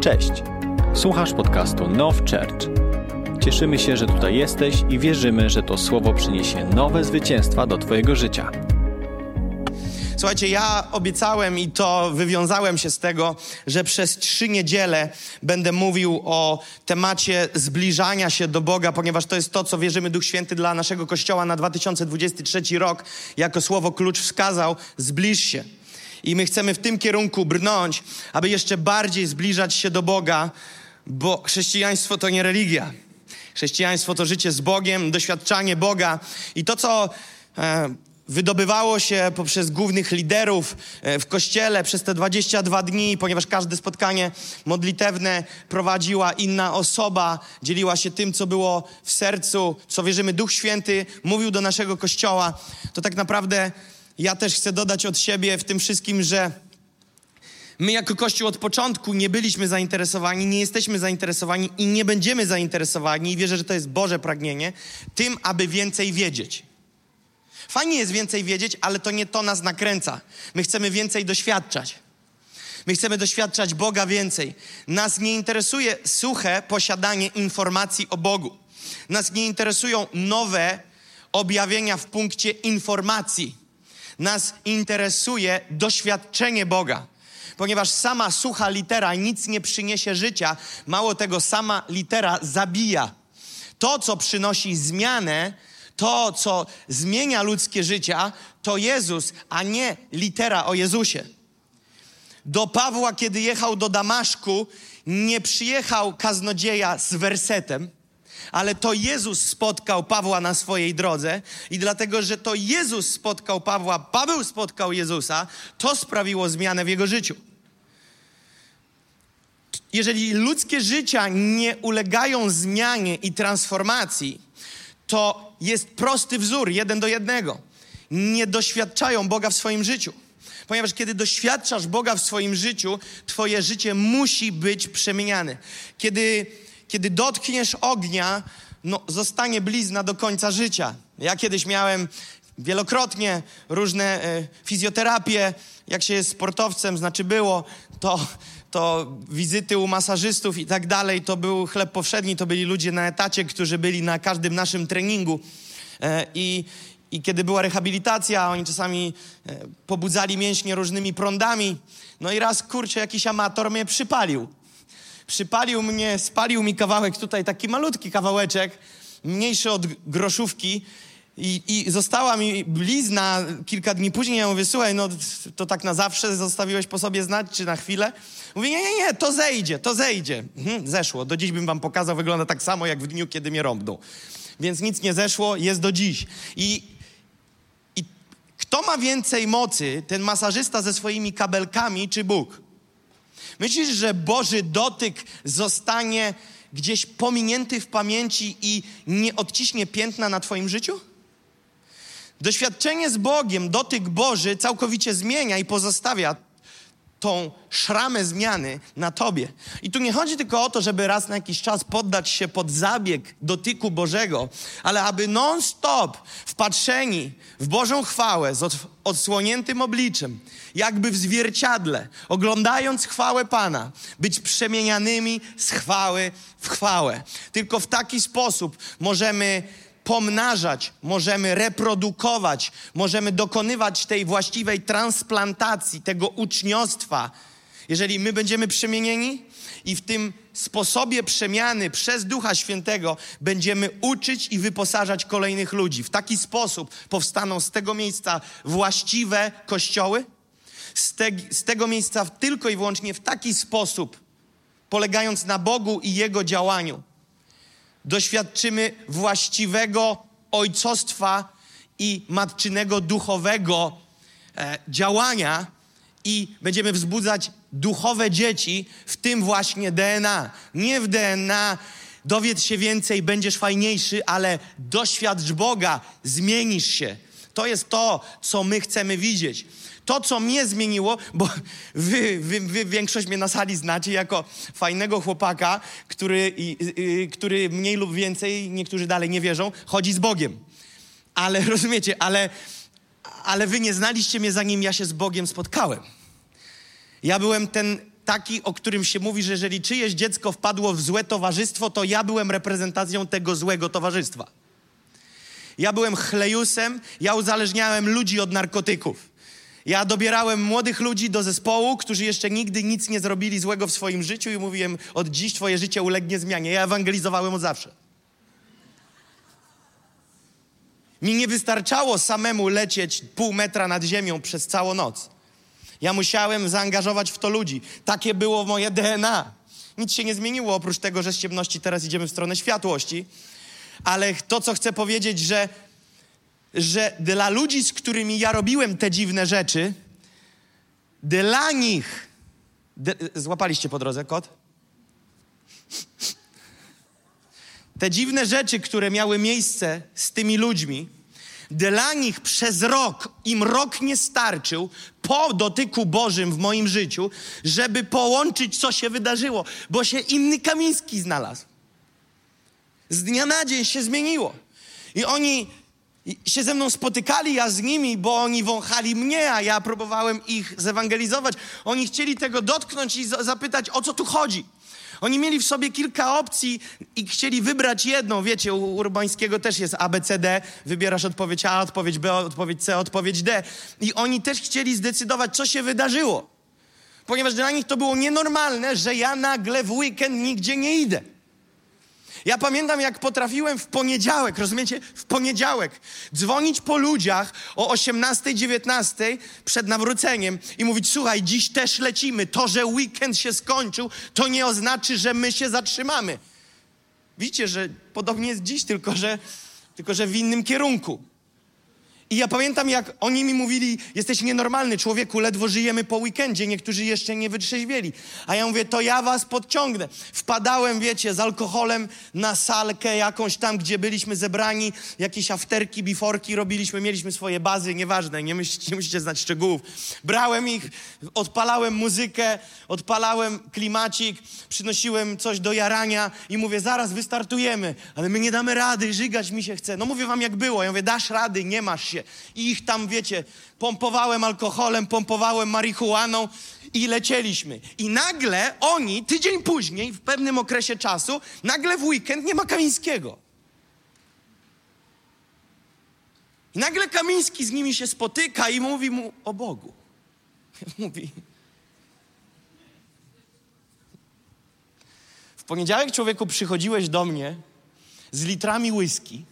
Cześć! Słuchasz podcastu Now Church. Cieszymy się, że tutaj jesteś i wierzymy, że to słowo przyniesie nowe zwycięstwa do Twojego życia. Słuchajcie, ja obiecałem i to wywiązałem się z tego, że przez 3 niedziele będę mówił o temacie zbliżania się do Boga, ponieważ to jest to, co wierzymy Duch Święty dla naszego Kościoła na 2023 rok. Jako słowo klucz wskazał, zbliż się. I my chcemy w tym kierunku brnąć, aby jeszcze bardziej zbliżać się do Boga, bo chrześcijaństwo to nie religia. Chrześcijaństwo to życie z Bogiem, doświadczanie Boga. I to, co wydobywało się poprzez głównych liderów w Kościele przez te 22 dni, ponieważ każde spotkanie modlitewne prowadziła inna osoba, dzieliła się tym, co było w sercu, co wierzymy Duch Święty mówił do naszego Kościoła, to tak naprawdę ja też chcę dodać od siebie w tym wszystkim, że my jako Kościół od początku nie byliśmy zainteresowani, nie jesteśmy zainteresowani i nie będziemy zainteresowani, i wierzę, że to jest Boże pragnienie, tym, aby więcej wiedzieć. Fajnie jest więcej wiedzieć, ale to nie to nas nakręca. My chcemy więcej doświadczać. My chcemy doświadczać Boga więcej. Nas nie interesuje suche posiadanie informacji o Bogu. Nas nie interesują nowe objawienia w punkcie informacji. Nas interesuje doświadczenie Boga. Ponieważ sama sucha litera nic nie przyniesie życia, mało tego, sama litera zabija. To, co przynosi zmianę, to, co zmienia ludzkie życia, to Jezus, a nie litera o Jezusie. Do Pawła, kiedy jechał do Damaszku, nie przyjechał kaznodzieja z wersetem, ale to Jezus spotkał Pawła na swojej drodze i dlatego, że to Jezus spotkał Pawła, Paweł spotkał Jezusa, to sprawiło zmianę w jego życiu. Jeżeli ludzkie życia nie ulegają zmianie i transformacji, to jest prosty wzór, 1:1. Nie doświadczają Boga w swoim życiu. Ponieważ kiedy doświadczasz Boga w swoim życiu, twoje życie musi być przemieniane. Kiedy dotkniesz ognia, zostanie blizna do końca życia. Ja kiedyś miałem wielokrotnie różne fizjoterapie. Jak się jest sportowcem, to wizyty u masażystów i tak dalej, to był chleb powszedni, to byli ludzie na etacie, którzy byli na każdym naszym treningu. I kiedy była rehabilitacja, oni czasami pobudzali mięśnie różnymi prądami. No i raz, jakiś amator mnie przypalił. Przypalił mnie, spalił mi kawałek tutaj, taki malutki kawałeczek, mniejszy od groszówki i została mi blizna kilka dni później. Ja mówię, słuchaj, to tak na zawsze zostawiłeś po sobie znać, czy na chwilę? Mówię, nie, to zejdzie. Zeszło, do dziś bym wam pokazał, wygląda tak samo jak w dniu, kiedy mnie rąbnął. Więc nic nie zeszło, jest do dziś. I kto ma więcej mocy, ten masażysta ze swoimi kabelkami, czy Bóg? Myślisz, że Boży dotyk zostanie gdzieś pominięty w pamięci i nie odciśnie piętna na twoim życiu? Doświadczenie z Bogiem, dotyk Boży całkowicie zmienia i pozostawia tą szramę zmiany na tobie. I tu nie chodzi tylko o to, żeby raz na jakiś czas poddać się pod zabieg dotyku Bożego, ale aby non-stop wpatrzeni w Bożą chwałę z odsłoniętym obliczem, jakby w zwierciadle, oglądając chwałę Pana, być przemienianymi z chwały w chwałę. Tylko w taki sposób możemy pomnażać, możemy reprodukować, możemy dokonywać tej właściwej transplantacji, tego uczniostwa. Jeżeli my będziemy przemienieni i w tym sposobie przemiany przez Ducha Świętego będziemy uczyć i wyposażać kolejnych ludzi. W taki sposób powstaną z tego miejsca właściwe kościoły, z tego miejsca tylko i wyłącznie w taki sposób, polegając na Bogu i Jego działaniu, doświadczymy właściwego ojcostwa i matczynego duchowego działania i będziemy wzbudzać duchowe dzieci w tym właśnie DNA. Nie w DNA dowiedz się więcej, będziesz fajniejszy, ale doświadcz Boga, zmienisz się. To jest to, co my chcemy widzieć. To, co mnie zmieniło, bo wy większość mnie na sali znacie jako fajnego chłopaka, który mniej lub więcej, niektórzy dalej nie wierzą, chodzi z Bogiem. Ale rozumiecie, ale wy nie znaliście mnie, zanim ja się z Bogiem spotkałem. Ja byłem taki, o którym się mówi, że jeżeli czyjeś dziecko wpadło w złe towarzystwo, to ja byłem reprezentacją tego złego towarzystwa. Ja byłem chlejusem, ja uzależniałem ludzi od narkotyków. Ja dobierałem młodych ludzi do zespołu, którzy jeszcze nigdy nic nie zrobili złego w swoim życiu i mówiłem, od dziś twoje życie ulegnie zmianie. Ja ewangelizowałem od zawsze. Mi nie wystarczało samemu lecieć pół metra nad ziemią przez całą noc. Ja musiałem zaangażować w to ludzi. Takie było moje DNA. Nic się nie zmieniło, oprócz tego, że z ciemności teraz idziemy w stronę światłości. Ale to, co chcę powiedzieć, że dla ludzi, z którymi ja robiłem te dziwne rzeczy, dla nich... Złapaliście po drodze kot? Te dziwne rzeczy, które miały miejsce z tymi ludźmi, dla nich przez rok, im rok nie starczył po dotyku Bożym w moim życiu, żeby połączyć, co się wydarzyło, bo się inny Kamiński znalazł. Z dnia na dzień się zmieniło. I oni się ze mną spotykali, ja z nimi, bo oni wąchali mnie, a ja próbowałem ich zewangelizować. Oni chcieli tego dotknąć i zapytać, o co tu chodzi. Oni mieli w sobie kilka opcji i chcieli wybrać jedną. Wiecie, u Urbańskiego też jest A, B, C, D. Wybierasz odpowiedź A, odpowiedź B, odpowiedź C, odpowiedź D. I oni też chcieli zdecydować, co się wydarzyło. Ponieważ dla nich to było nienormalne, że ja nagle w weekend nigdzie nie idę. Ja pamiętam, jak potrafiłem w poniedziałek, rozumiecie? W poniedziałek dzwonić po ludziach o 18, 19 przed nawróceniem i mówić, słuchaj, dziś też lecimy. To, że weekend się skończył, to nie oznacza, że my się zatrzymamy. Widzicie, że podobnie jest dziś, tylko że w innym kierunku. I ja pamiętam, jak oni mi mówili, jesteś nienormalny, człowieku, ledwo żyjemy po weekendzie, niektórzy jeszcze nie wytrzeźwieli. A ja mówię, to ja was podciągnę. Wpadałem, wiecie, z alkoholem na salkę jakąś tam, gdzie byliśmy zebrani, jakieś afterki, biforki robiliśmy, mieliśmy swoje bazy, nieważne, nie musicie znać szczegółów. Brałem ich, odpalałem muzykę, odpalałem klimacik, przynosiłem coś do jarania i mówię, zaraz wystartujemy, ale my nie damy rady, żygać mi się chce. No mówię wam, jak było. Ja mówię, dasz rady, nie masz się. I ich tam, wiecie, pompowałem alkoholem, pompowałem marihuaną i lecieliśmy. I nagle oni, tydzień później, w pewnym okresie czasu, nagle w weekend nie ma Kamińskiego. I nagle Kamiński z nimi się spotyka i mówi mu o Bogu. Mówi. W poniedziałek, człowieku, przychodziłeś do mnie z litrami whisky.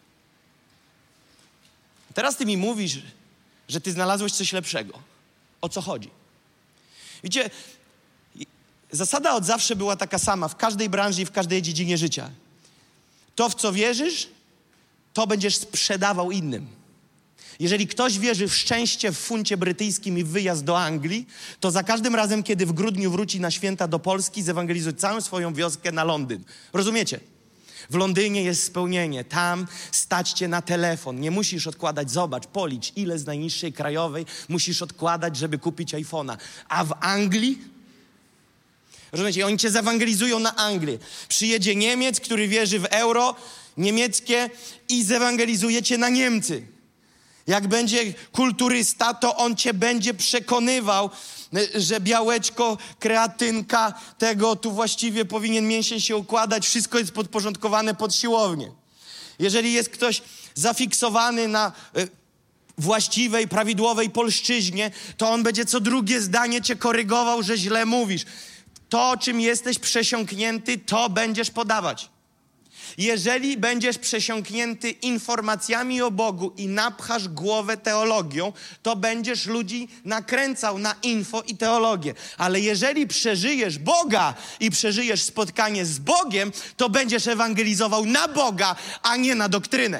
Teraz ty mi mówisz, że ty znalazłeś coś lepszego. O co chodzi? Widzicie, zasada od zawsze była taka sama w każdej branży i w każdej dziedzinie życia. To, w co wierzysz, to będziesz sprzedawał innym. Jeżeli ktoś wierzy w szczęście w funcie brytyjskim i w wyjazd do Anglii, to za każdym razem, kiedy w grudniu wróci na święta do Polski, zewangelizuje całą swoją wioskę na Londyn. Rozumiecie? W Londynie jest spełnienie. Tam stać cię na telefon. Nie musisz odkładać. Zobacz, policz, ile z najniższej krajowej musisz odkładać, żeby kupić iPhone'a. A w Anglii? Rozumiecie? Oni cię zewangelizują na Anglię. Przyjedzie Niemiec, który wierzy w euro niemieckie i zewangelizuje cię na Niemcy. Jak będzie kulturysta, to on cię będzie przekonywał, że białeczko, kreatynka, tego tu właściwie powinien mięsień się układać, wszystko jest podporządkowane pod siłownię. Jeżeli jest ktoś zafiksowany na właściwej, prawidłowej polszczyźnie, to on będzie co drugie zdanie cię korygował, że źle mówisz. To, czym jesteś przesiąknięty, to będziesz podawać. Jeżeli będziesz przesiąknięty informacjami o Bogu i napchasz głowę teologią, to będziesz ludzi nakręcał na info i teologię. Ale jeżeli przeżyjesz Boga i przeżyjesz spotkanie z Bogiem, to będziesz ewangelizował na Boga, a nie na doktrynę.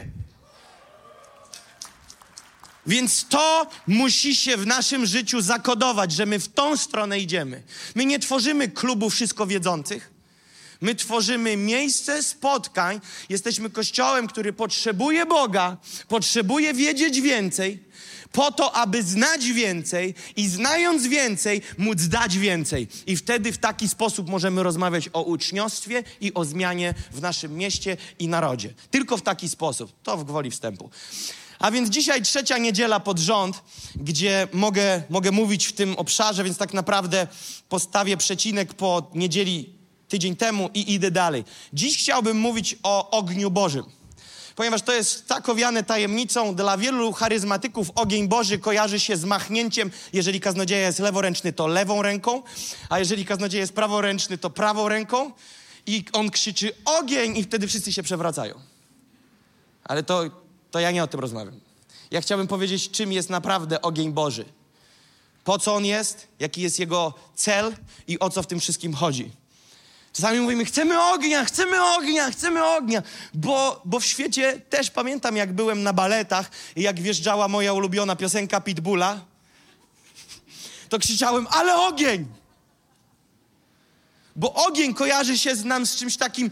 Więc to musi się w naszym życiu zakodować, że my w tą stronę idziemy. My nie tworzymy klubu wszystkowiedzących. My tworzymy miejsce spotkań. Jesteśmy kościołem, który potrzebuje Boga, potrzebuje wiedzieć więcej, po to, aby znać więcej i znając więcej, móc dać więcej. I wtedy w taki sposób możemy rozmawiać o uczniostwie i o zmianie w naszym mieście i narodzie. Tylko w taki sposób. To w gwoli wstępu. A więc dzisiaj 3. niedziela pod rząd, gdzie mogę mówić w tym obszarze, więc tak naprawdę postawię przecinek po niedzieli tydzień temu i idę dalej. Dziś chciałbym mówić o ogniu Bożym, ponieważ to jest tak owiane tajemnicą. Dla wielu charyzmatyków ogień Boży kojarzy się z machnięciem. Jeżeli kaznodzieja jest leworęczny, to lewą ręką, a jeżeli kaznodzieja jest praworęczny, to prawą ręką. I on krzyczy ogień i wtedy wszyscy się przewracają. Ale to ja nie o tym rozmawiam. Ja chciałbym powiedzieć, czym jest naprawdę ogień Boży. Po co on jest, jaki jest jego cel i o co w tym wszystkim chodzi. Czasami mówimy, chcemy ognia, bo w świecie też pamiętam, jak byłem na baletach i jak wjeżdżała moja ulubiona piosenka Pitbulla, to krzyczałem, ale ogień! Bo ogień kojarzy się nam z czymś takim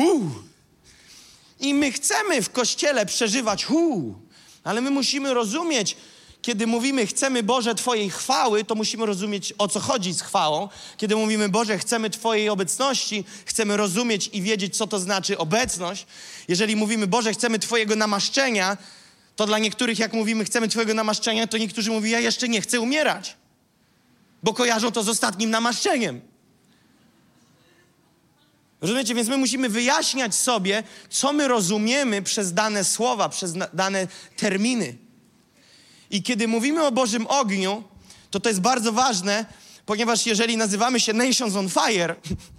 I my chcemy w Kościele przeżywać ale my musimy rozumieć, kiedy mówimy, chcemy Boże Twojej chwały, to musimy rozumieć, o co chodzi z chwałą. Kiedy mówimy, Boże, chcemy Twojej obecności, chcemy rozumieć i wiedzieć, co to znaczy obecność. Jeżeli mówimy, Boże, chcemy Twojego namaszczenia, to dla niektórych, jak mówimy, chcemy Twojego namaszczenia, to niektórzy mówią, ja jeszcze nie chcę umierać, bo kojarzą to z ostatnim namaszczeniem. Rozumiecie? Więc my musimy wyjaśniać sobie, co my rozumiemy przez dane słowa, przez dane terminy. I kiedy mówimy o Bożym ogniu, to jest bardzo ważne, ponieważ jeżeli nazywamy się Nations on Fire,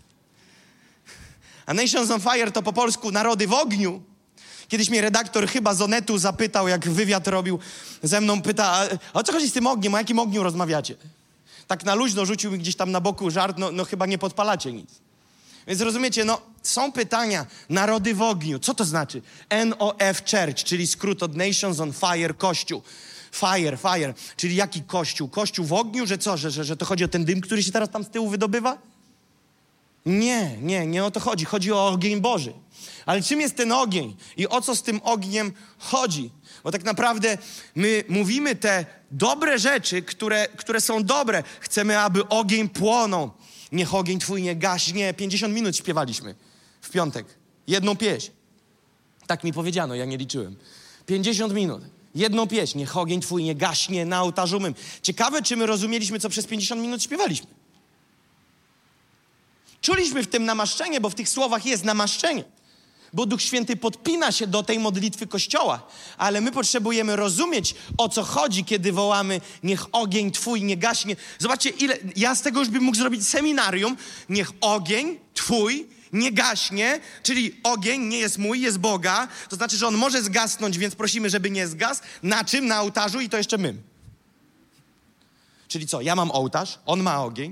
a Nations on Fire to po polsku narody w ogniu. Kiedyś mnie redaktor chyba z Onetu zapytał, jak wywiad robił ze mną, pyta, a o co chodzi z tym ogniem, o jakim ogniu rozmawiacie? Tak na luźno rzucił mi gdzieś tam na boku żart, no chyba nie podpalacie nic. Więc rozumiecie, są pytania, narody w ogniu, co to znaczy? NOF Church, czyli skrót od Nations on Fire, Kościół. Fire, czyli jaki Kościół? Kościół w ogniu, że co, że to chodzi o ten dym, który się teraz tam z tyłu wydobywa? Nie o to chodzi. Chodzi o ogień Boży. Ale czym jest ten ogień? I o co z tym ogniem chodzi? Bo tak naprawdę my mówimy te dobre rzeczy, które są dobre. Chcemy, aby ogień płonął. Niech ogień Twój nie gaśnie. 50 minut śpiewaliśmy w piątek. Jedną pieśń. Tak mi powiedziano, ja nie liczyłem. 50 minut. Jedną pieśń. Niech ogień Twój nie gaśnie na ołtarzu mym. Ciekawe, czy my rozumieliśmy, co przez 50 minut śpiewaliśmy. Czuliśmy w tym namaszczenie, bo w tych słowach jest namaszczenie. Bo Duch Święty podpina się do tej modlitwy Kościoła. Ale my potrzebujemy rozumieć, o co chodzi, kiedy wołamy niech ogień Twój nie gaśnie. Zobaczcie, ja z tego już bym mógł zrobić seminarium. Niech ogień Twój nie gaśnie, czyli ogień nie jest mój, jest Boga. To znaczy, że on może zgasnąć, więc prosimy, żeby nie zgasł. Na czym? Na ołtarzu i to jeszcze my. Czyli co? Ja mam ołtarz, on ma ogień.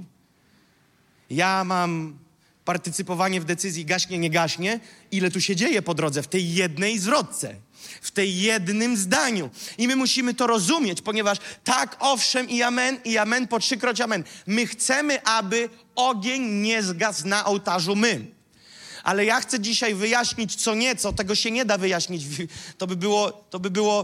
Ja mam partycypowanie w decyzji gaśnie, nie gaśnie. Ile tu się dzieje po drodze? W tej jednej zwrotce. W tej jednym zdaniu. I my musimy to rozumieć, ponieważ tak, owszem i amen po 3-kroć amen. My chcemy, aby ogień nie zgasł na ołtarzu mym. Ale ja chcę dzisiaj wyjaśnić co nieco. Tego się nie da wyjaśnić. To by było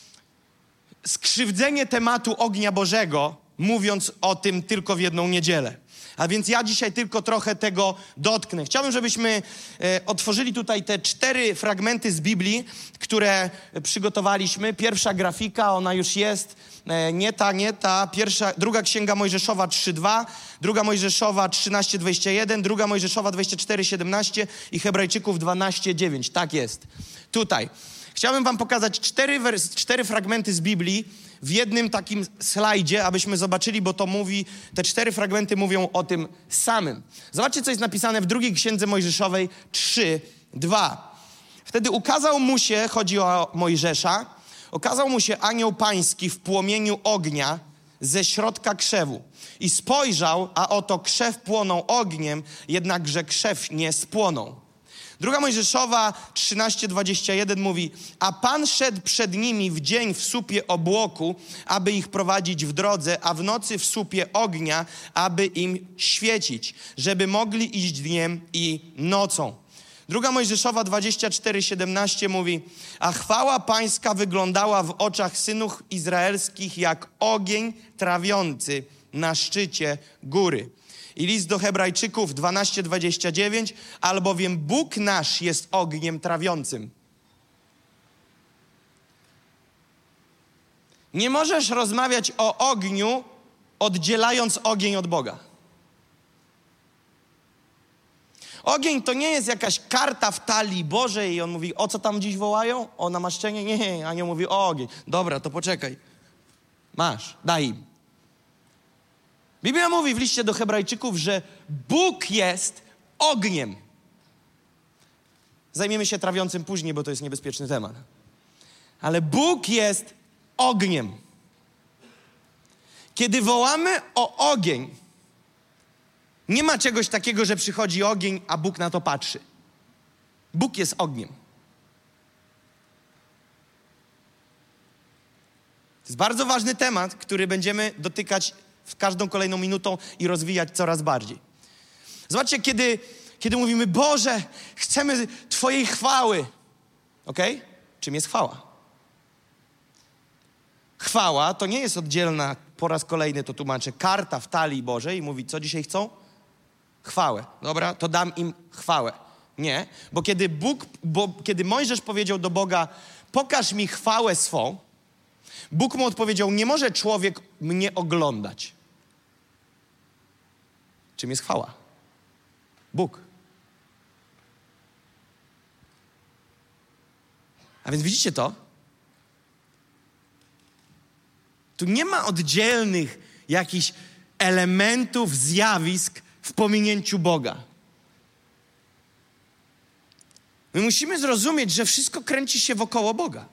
skrzywdzenie tematu ognia Bożego, mówiąc o tym tylko w jedną niedzielę. A więc ja dzisiaj tylko trochę tego dotknę. Chciałbym, żebyśmy otworzyli tutaj te 4 fragmenty z Biblii, które przygotowaliśmy. Pierwsza grafika, ona już jest. Nie ta. Druga Księga Mojżeszowa 3:2, druga Mojżeszowa 13:21, druga Mojżeszowa 24:17 i Hebrajczyków 12:9. Tak jest. Tutaj. Chciałbym wam pokazać 4 fragmenty z Biblii w jednym takim slajdzie, abyśmy zobaczyli, bo te 4 fragmenty mówią o tym samym. Zobaczcie, co jest napisane w drugiej Księdze Mojżeszowej 3:2. Wtedy ukazał mu się, chodzi o Mojżesza, okazał mu się anioł pański w płomieniu ognia ze środka krzewu. I spojrzał, a oto krzew płonął ogniem, jednakże krzew nie spłonął. Druga Mojżeszowa 13:21 mówi, a Pan szedł przed nimi w dzień w słupie obłoku, aby ich prowadzić w drodze, a w nocy w słupie ognia, aby im świecić, żeby mogli iść dniem i nocą. Druga Mojżeszowa 24:17 mówi, a chwała pańska wyglądała w oczach synów izraelskich jak ogień trawiący na szczycie góry. I list do Hebrajczyków 12:29, albowiem Bóg nasz jest ogniem trawiącym. Nie możesz rozmawiać o ogniu, oddzielając ogień od Boga. Ogień to nie jest jakaś karta w talii Bożej i on mówi, o co tam dziś wołają? O namaszczenie? Nie, anioł mówi, o ogień. Dobra, to poczekaj. Masz, daj im. Biblia mówi w liście do Hebrajczyków, że Bóg jest ogniem. Zajmiemy się trawiącym później, bo to jest niebezpieczny temat. Ale Bóg jest ogniem. Kiedy wołamy o ogień, nie ma czegoś takiego, że przychodzi ogień, a Bóg na to patrzy. Bóg jest ogniem. To jest bardzo ważny temat, który będziemy dotykać w każdą kolejną minutą i rozwijać coraz bardziej. Zobaczcie, kiedy mówimy, Boże, chcemy Twojej chwały. Okej? Czym jest chwała? Chwała to nie jest oddzielna, po raz kolejny to tłumaczę, karta w talii Bożej i mówi, co dzisiaj chcą? Chwałę. Dobra, to dam im chwałę. Nie, bo kiedy Mojżesz powiedział do Boga, pokaż mi chwałę swą, Bóg mu odpowiedział, nie może człowiek mnie oglądać. Czym jest chwała? Bóg. A więc widzicie to? Tu nie ma oddzielnych jakichś elementów, zjawisk w pominięciu Boga. My musimy zrozumieć, że wszystko kręci się wokoło Boga.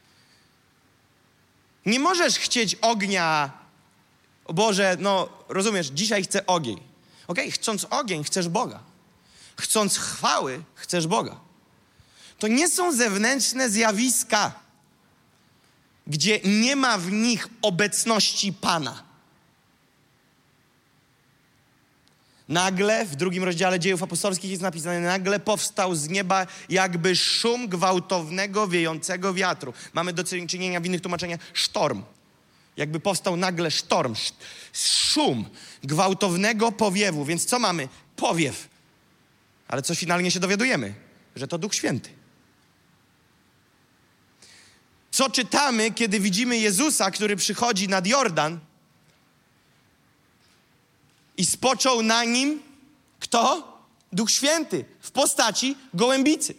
Nie możesz chcieć ognia, o Boże, no rozumiesz, dzisiaj chcę ogień. Okej, chcąc ogień, chcesz Boga. Chcąc chwały, chcesz Boga. To nie są zewnętrzne zjawiska, gdzie nie ma w nich obecności Pana. Nagle, w 2 rozdziale Dziejów Apostolskich jest napisane, nagle powstał z nieba jakby szum gwałtownego, wiejącego wiatru. Mamy do czynienia w innych tłumaczeniach sztorm. Jakby powstał nagle sztorm, szum gwałtownego powiewu. Więc co mamy? Powiew. Ale co finalnie się dowiadujemy? Że to Duch Święty. Co czytamy, kiedy widzimy Jezusa, który przychodzi nad Jordan i spoczął na nim kto? Duch Święty w postaci gołębicy.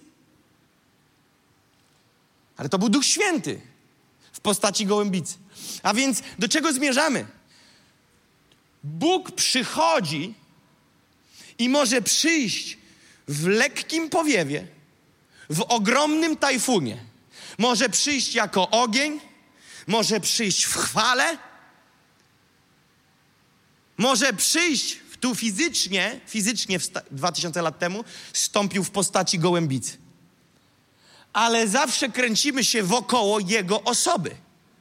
Ale to był Duch Święty w postaci gołębicy. A więc do czego zmierzamy? Bóg przychodzi i może przyjść w lekkim powiewie, w ogromnym tajfunie. Może przyjść jako ogień, może przyjść w chwale, może przyjść tu fizycznie 2000 lat temu, stąpił w postaci gołębicy. Ale zawsze kręcimy się wokoło Jego osoby.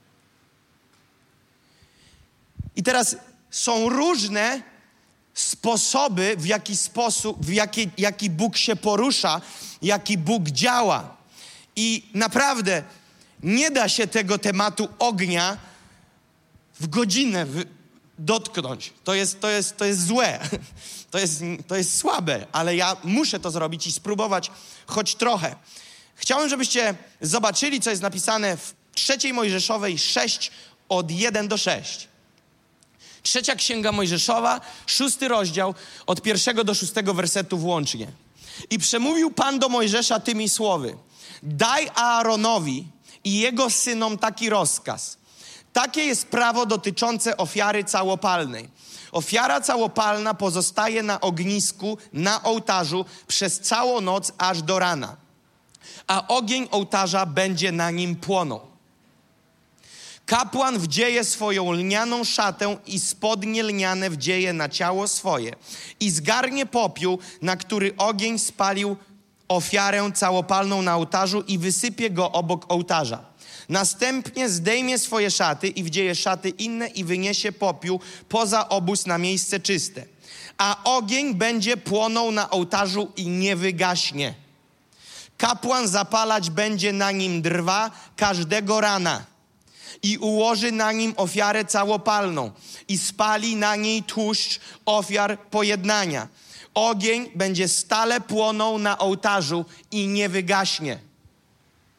I teraz są różne sposoby, w jaki Bóg się porusza, jaki Bóg działa. I naprawdę nie da się tego tematu ognia w godzinę dotknąć. To jest złe. To jest słabe, ale ja muszę to zrobić i spróbować choć trochę. Chciałem, żebyście zobaczyli, co jest napisane w 3 Mojżeszowej 6, od 1 do 6. 3 Księga Mojżeszowa, 6 rozdział, od 1 do 6 wersetu włącznie. I przemówił Pan do Mojżesza tymi słowy. Daj Aaronowi i jego synom taki rozkaz. Takie jest prawo dotyczące ofiary całopalnej. Ofiara całopalna pozostaje na ognisku, na ołtarzu przez całą noc aż do rana. A ogień ołtarza będzie na nim płonął. Kapłan wdzieje swoją lnianą szatę i spodnie lniane wdzieje na ciało swoje i zgarnie popiół, na który ogień spalił ofiarę całopalną na ołtarzu i wysypie go obok ołtarza. Następnie zdejmie swoje szaty i wdzieje szaty inne i wyniesie popiół poza obóz na miejsce czyste. A ogień będzie płonął na ołtarzu i nie wygaśnie. Kapłan zapalać będzie na nim drwa każdego rana i ułoży na nim ofiarę całopalną i spali na niej tłuszcz ofiar pojednania. Ogień będzie stale płonął na ołtarzu i nie wygaśnie.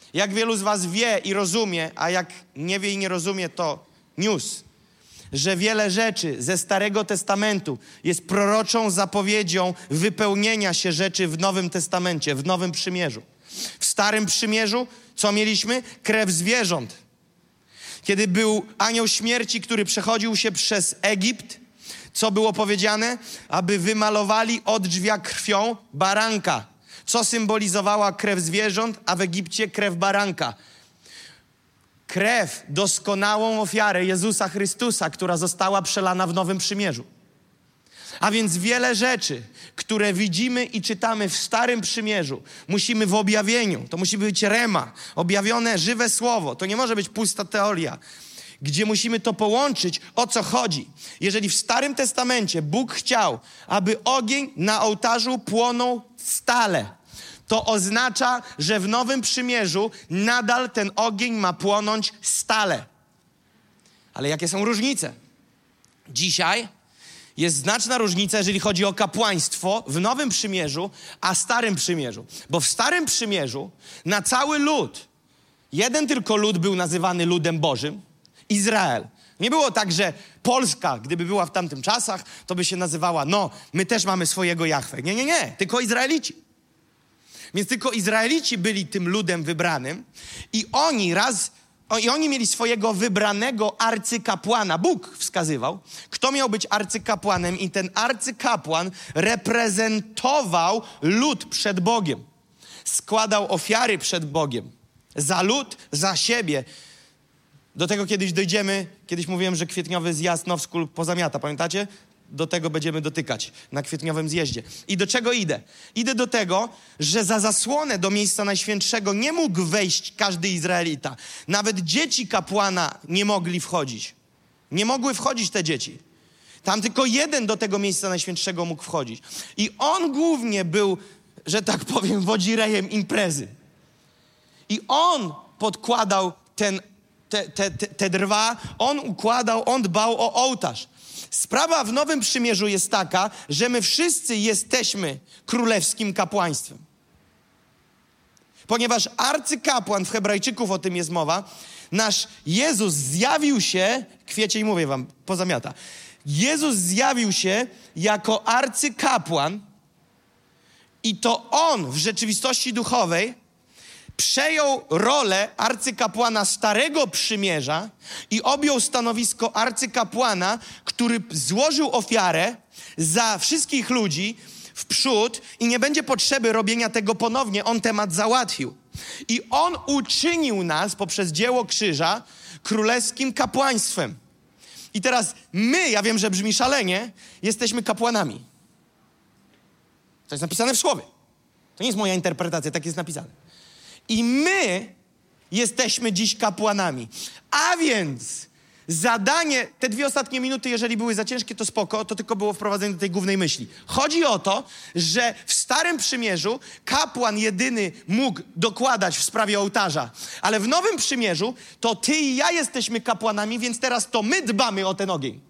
Jak wielu z was wie i rozumie, a jak nie wie i nie rozumie, to news, że wiele rzeczy ze Starego Testamentu jest proroczą zapowiedzią wypełnienia się rzeczy w Nowym Testamencie, w Nowym Przymierzu. W Starym Przymierzu co mieliśmy? Krew zwierząt. Kiedy był anioł śmierci, który przechodził się przez Egipt, co było powiedziane? Aby wymalowali od drzwia krwią baranka. Co symbolizowała krew zwierząt, a w Egipcie krew baranka. Krew, doskonałą ofiarę Jezusa Chrystusa, która została przelana w Nowym Przymierzu. A więc wiele rzeczy, które widzimy i czytamy w Starym Przymierzu, musimy w objawieniu, to musi być rema, objawione żywe słowo, to nie może być pusta teoria, gdzie musimy to połączyć, o co chodzi. Jeżeli w Starym Testamencie Bóg chciał, aby ogień na ołtarzu płonął stale, to oznacza, że w Nowym Przymierzu nadal ten ogień ma płonąć stale. Ale jakie są różnice? Dzisiaj jest znaczna różnica, jeżeli chodzi o kapłaństwo w Nowym Przymierzu, a Starym Przymierzu. Bo w Starym Przymierzu na cały lud, jeden tylko lud był nazywany ludem Bożym, Izrael. Nie było tak, że Polska, gdyby była w tamtym czasach, to by się nazywała, my też mamy swojego Jahwe. Nie, tylko Izraelici. Więc tylko Izraelici byli tym ludem wybranym i oni mieli swojego wybranego arcykapłana. Bóg wskazywał, kto miał być arcykapłanem i ten arcykapłan reprezentował lud przed Bogiem. Składał ofiary przed Bogiem. Za lud, za siebie. Do tego kiedyś dojdziemy. Kiedyś mówiłem, że kwietniowy zjazd Now School pozamiata. Pamiętacie? Do tego będziemy dotykać na kwietniowym zjeździe. I do czego idę? Idę do tego, że za zasłonę do miejsca najświętszego nie mógł wejść każdy Izraelita. Nawet dzieci kapłana nie mogli wchodzić. Nie mogły wchodzić te dzieci. Tam tylko jeden do tego miejsca najświętszego mógł wchodzić. I on głównie był, że tak powiem, wodzirejem imprezy. I on podkładał te drwa, on układał, on dbał o ołtarz. Sprawa w Nowym Przymierzu jest taka, że my wszyscy jesteśmy królewskim kapłaństwem. Ponieważ arcykapłan, w Hebrajczyków o tym jest mowa, nasz Jezus zjawił się, kwiecie i mówię wam, pozamiata. Jezus zjawił się jako arcykapłan i to On w rzeczywistości duchowej przejął rolę arcykapłana Starego Przymierza i objął stanowisko arcykapłana, który złożył ofiarę za wszystkich ludzi w przód i nie będzie potrzeby robienia tego ponownie. On temat załatwił. I On uczynił nas poprzez dzieło krzyża królewskim kapłaństwem. I teraz my, ja wiem, że brzmi szalenie, jesteśmy kapłanami. To jest napisane w Słowie. To nie jest moja interpretacja, tak jest napisane. I my jesteśmy dziś kapłanami. A więc zadanie, te 2 ostatnie minuty, jeżeli były za ciężkie, to spoko, to tylko było wprowadzenie do tej głównej myśli. Chodzi o to, że w Starym Przymierzu kapłan jedyny mógł dokładać w sprawie ołtarza, ale w Nowym Przymierzu to ty i ja jesteśmy kapłanami, więc teraz to my dbamy o ten ogień.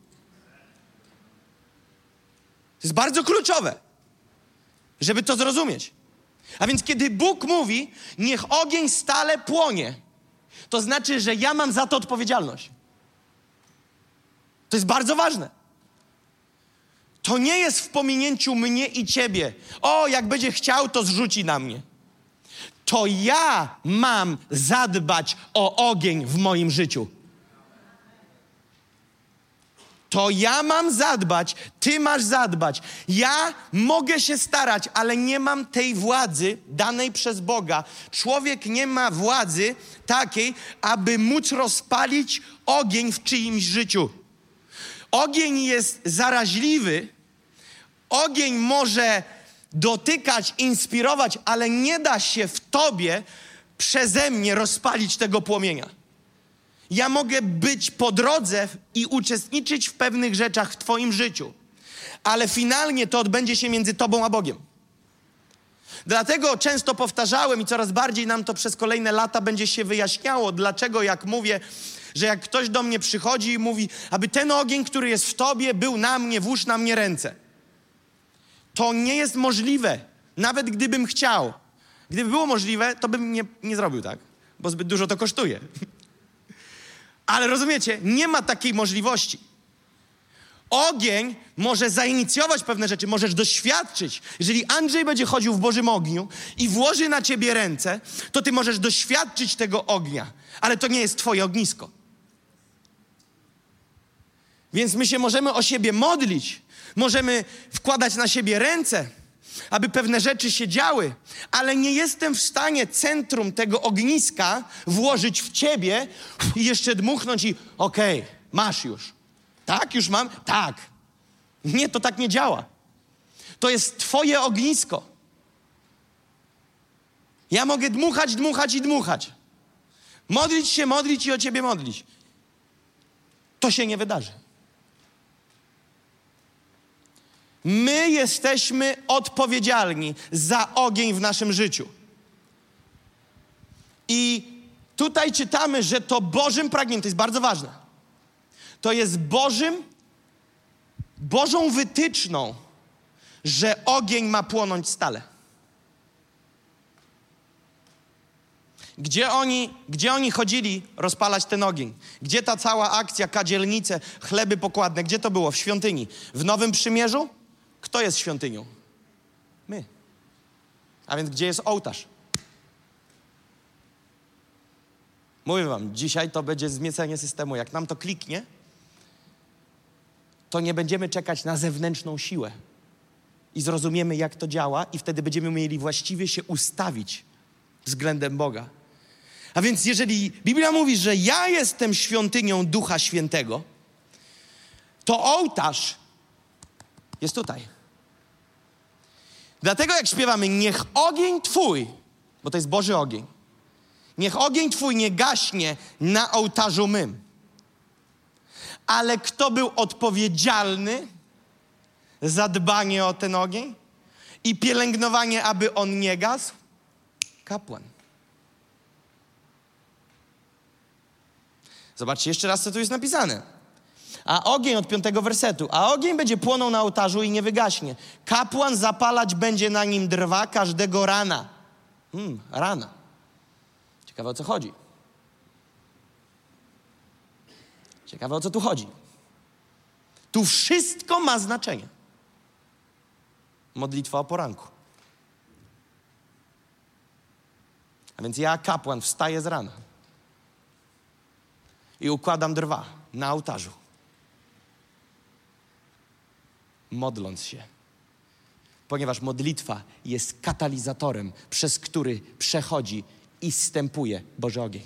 To jest bardzo kluczowe, żeby to zrozumieć. A więc kiedy Bóg mówi, niech ogień stale płonie, to znaczy, że ja mam za to odpowiedzialność. To jest bardzo ważne. To nie jest w pominięciu mnie i ciebie. Jak będzie chciał, to zrzuci na mnie. To ja mam zadbać o ogień w moim życiu. To ja mam zadbać, ty masz zadbać. Ja mogę się starać, ale nie mam tej władzy danej przez Boga. Człowiek nie ma władzy takiej, aby móc rozpalić ogień w czyimś życiu. Ogień jest zaraźliwy. Ogień może dotykać, inspirować, ale nie da się w tobie przeze mnie rozpalić tego płomienia. Ja mogę być po drodze i uczestniczyć w pewnych rzeczach w twoim życiu, ale finalnie to odbędzie się między tobą a Bogiem. Dlatego często powtarzałem i coraz bardziej nam to przez kolejne lata będzie się wyjaśniało, dlaczego jak mówię, że jak ktoś do mnie przychodzi i mówi, aby ten ogień, który jest w tobie, był na mnie, włóż na mnie ręce. To nie jest możliwe, nawet gdybym chciał. Gdyby było możliwe, to bym nie zrobił tak. bo zbyt dużo to kosztuje. Ale rozumiecie, nie ma takiej możliwości. Ogień może zainicjować pewne rzeczy, możesz doświadczyć. Jeżeli Andrzej będzie chodził w Bożym ogniu i włoży na ciebie ręce, to ty możesz doświadczyć tego ognia, ale to nie jest twoje ognisko. Więc my się możemy o siebie modlić, możemy wkładać na siebie ręce, aby pewne rzeczy się działy, ale nie jestem w stanie centrum tego ogniska włożyć w ciebie i jeszcze dmuchnąć i okej, masz już. Tak, już mam? Tak. Nie, to tak nie działa. To jest twoje ognisko. Ja mogę dmuchać, dmuchać i dmuchać. Modlić się, modlić i o ciebie modlić. To się nie wydarzy. My jesteśmy odpowiedzialni za ogień w naszym życiu. I tutaj czytamy, że to Bożym pragnieniem, to jest bardzo ważne. To jest Bożą wytyczną, że ogień ma płonąć stale. Gdzie oni chodzili rozpalać ten ogień? Gdzie ta cała akcja, kadzielnice, chleby pokładne, gdzie to było? W świątyni. W Nowym Przymierzu? Kto jest świątynią? My. A więc gdzie jest ołtarz? Mówię wam, dzisiaj to będzie zmiecenie systemu. Jak nam to kliknie, to nie będziemy czekać na zewnętrzną siłę i zrozumiemy, jak to działa i wtedy będziemy mieli właściwie się ustawić względem Boga. A więc jeżeli Biblia mówi, że ja jestem świątynią Ducha Świętego, to ołtarz jest tutaj. Dlatego jak śpiewamy, niech ogień Twój, bo to jest Boży ogień, niech ogień Twój nie gaśnie na ołtarzu mym. Ale kto był odpowiedzialny za dbanie o ten ogień i pielęgnowanie, aby on nie gasł? Kapłan. Zobaczcie jeszcze raz, co tu jest napisane. A ogień od 5 wersetu. A ogień będzie płonął na ołtarzu i nie wygaśnie. Kapłan zapalać będzie na nim drwa każdego rana. Rana. Ciekawe, o co chodzi. Ciekawe, o co tu chodzi. Tu wszystko ma znaczenie. Modlitwa o poranku. A więc ja, kapłan, wstaję z rana i układam drwa na ołtarzu. Modląc się. Ponieważ modlitwa jest katalizatorem, przez który przechodzi i zstępuje Boży ogień.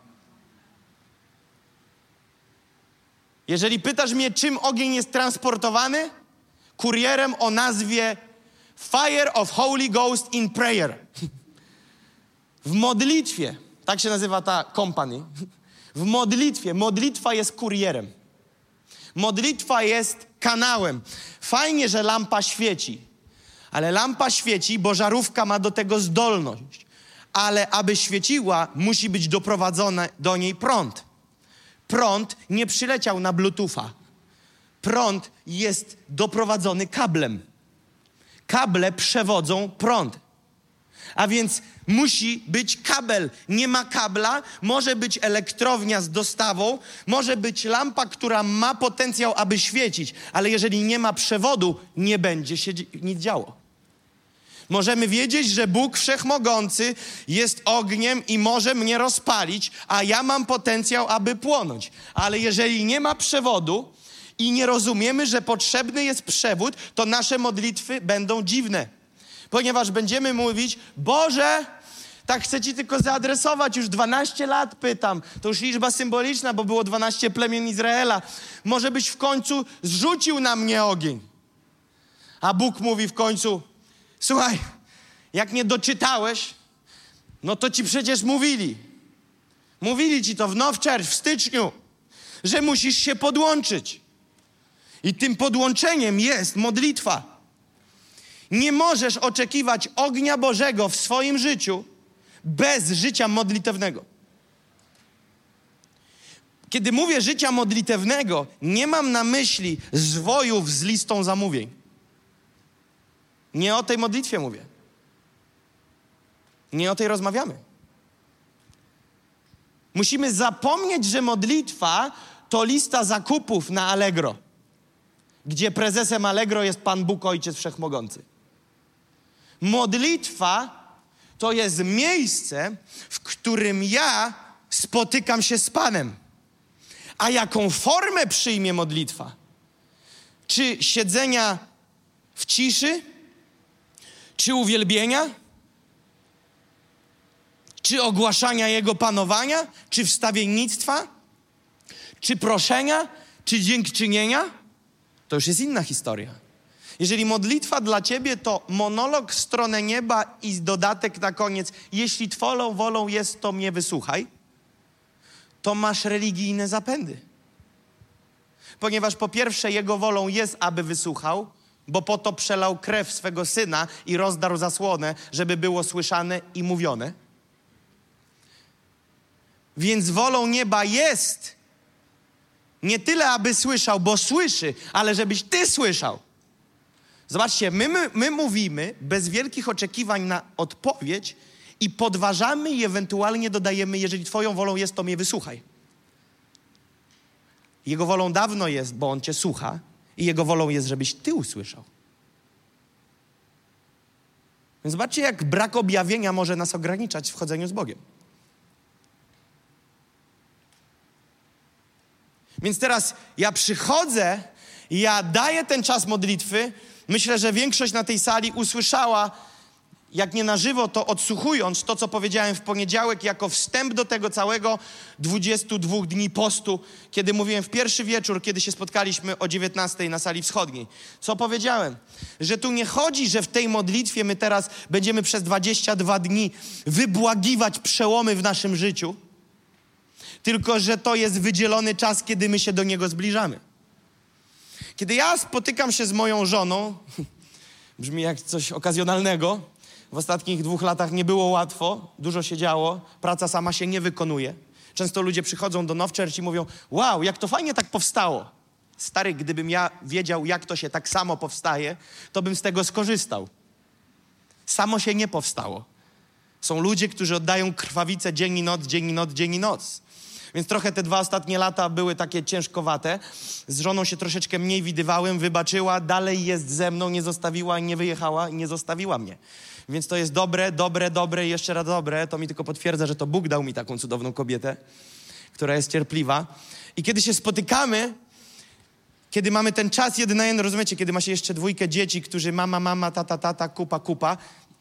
Jeżeli pytasz mnie, czym ogień jest transportowany? Kurierem o nazwie Fire of Holy Ghost in Prayer. W modlitwie, tak się nazywa ta company. W modlitwie, modlitwa jest kurierem. Modlitwa jest kanałem. Fajnie, że lampa świeci, ale lampa świeci, bo żarówka ma do tego zdolność. Ale aby świeciła, musi być doprowadzony do niej prąd. Prąd nie przyleciał na Bluetootha. Prąd jest doprowadzony kablem. Kable przewodzą prąd. A więc musi być kabel. Nie ma kabla, może być elektrownia z dostawą, może być lampa, która ma potencjał, aby świecić, ale jeżeli nie ma przewodu, nie będzie się nic działo. Możemy wiedzieć, że Bóg Wszechmogący jest ogniem i może mnie rozpalić, a ja mam potencjał, aby płonąć. Ale jeżeli nie ma przewodu i nie rozumiemy, że potrzebny jest przewód, to nasze modlitwy będą dziwne. Ponieważ będziemy mówić, Boże, tak chcę Ci tylko zaadresować, już 12 lat pytam. To już liczba symboliczna, bo było 12 plemion Izraela. Może byś w końcu zrzucił na mnie ogień. A Bóg mówi w końcu, słuchaj, jak nie doczytałeś, no to ci przecież mówili. Mówili ci to w Now Church w styczniu, że musisz się podłączyć. I tym podłączeniem jest modlitwa. Nie możesz oczekiwać ognia Bożego w swoim życiu bez życia modlitewnego. Kiedy mówię życia modlitewnego, nie mam na myśli zwojów z listą zamówień. Nie o tej modlitwie mówię. Nie o tej rozmawiamy. Musimy zapomnieć, że modlitwa to lista zakupów na Allegro, gdzie prezesem Allegro jest Pan Bóg, Ojciec Wszechmogący. Modlitwa to jest miejsce, w którym ja spotykam się z Panem. A jaką formę przyjmie modlitwa? Czy siedzenia w ciszy? Czy uwielbienia? Czy ogłaszania Jego panowania? Czy wstawiennictwa? Czy proszenia? Czy dziękczynienia? To już jest inna historia. Jeżeli modlitwa dla ciebie to monolog w stronę nieba i dodatek na koniec, jeśli Twoją wolą jest, to mnie wysłuchaj, to masz religijne zapędy. Ponieważ po pierwsze Jego wolą jest, aby wysłuchał, bo po to przelał krew swego Syna i rozdarł zasłonę, żeby było słyszane i mówione. Więc wolą nieba jest nie tyle, aby słyszał, bo słyszy, ale żebyś ty słyszał. Zobaczcie, my mówimy bez wielkich oczekiwań na odpowiedź i podważamy i ewentualnie dodajemy, jeżeli Twoją wolą jest, to mnie wysłuchaj. Jego wolą dawno jest, bo On cię słucha i Jego wolą jest, żebyś ty usłyszał. Więc zobaczcie, jak brak objawienia może nas ograniczać w chodzeniu z Bogiem. Więc teraz ja przychodzę, ja daję ten czas modlitwy. Myślę, że większość na tej sali usłyszała, jak nie na żywo, to odsłuchując to, co powiedziałem w poniedziałek, jako wstęp do tego całego 22 dni postu, kiedy mówiłem w pierwszy wieczór, kiedy się spotkaliśmy o 19 na sali wschodniej. Co powiedziałem? Że tu nie chodzi, że w tej modlitwie my teraz będziemy przez 22 dni wybłagiwać przełomy w naszym życiu, tylko że to jest wydzielony czas, kiedy my się do Niego zbliżamy. Kiedy ja spotykam się z moją żoną, brzmi jak coś okazjonalnego, w ostatnich 2 latach nie było łatwo, dużo się działo, praca sama się nie wykonuje. Często ludzie przychodzą do Now Church i mówią, wow, jak to fajnie tak powstało. Stary, gdybym ja wiedział, jak to się tak samo powstaje, to bym z tego skorzystał. Samo się nie powstało. Są ludzie, którzy oddają krwawicę dzień i noc, dzień i noc, dzień i noc. Więc trochę te 2 ostatnie lata były takie ciężkowate. Z żoną się troszeczkę mniej widywałem, wybaczyła, dalej jest ze mną, nie zostawiła, nie wyjechała i nie zostawiła mnie. Więc to jest dobre i jeszcze raz dobre. To mi tylko potwierdza, że to Bóg dał mi taką cudowną kobietę, która jest cierpliwa. I kiedy się spotykamy, kiedy mamy ten czas 1 na 1, rozumiecie, kiedy ma się jeszcze 2 dzieci, którzy mama, tata, kupa,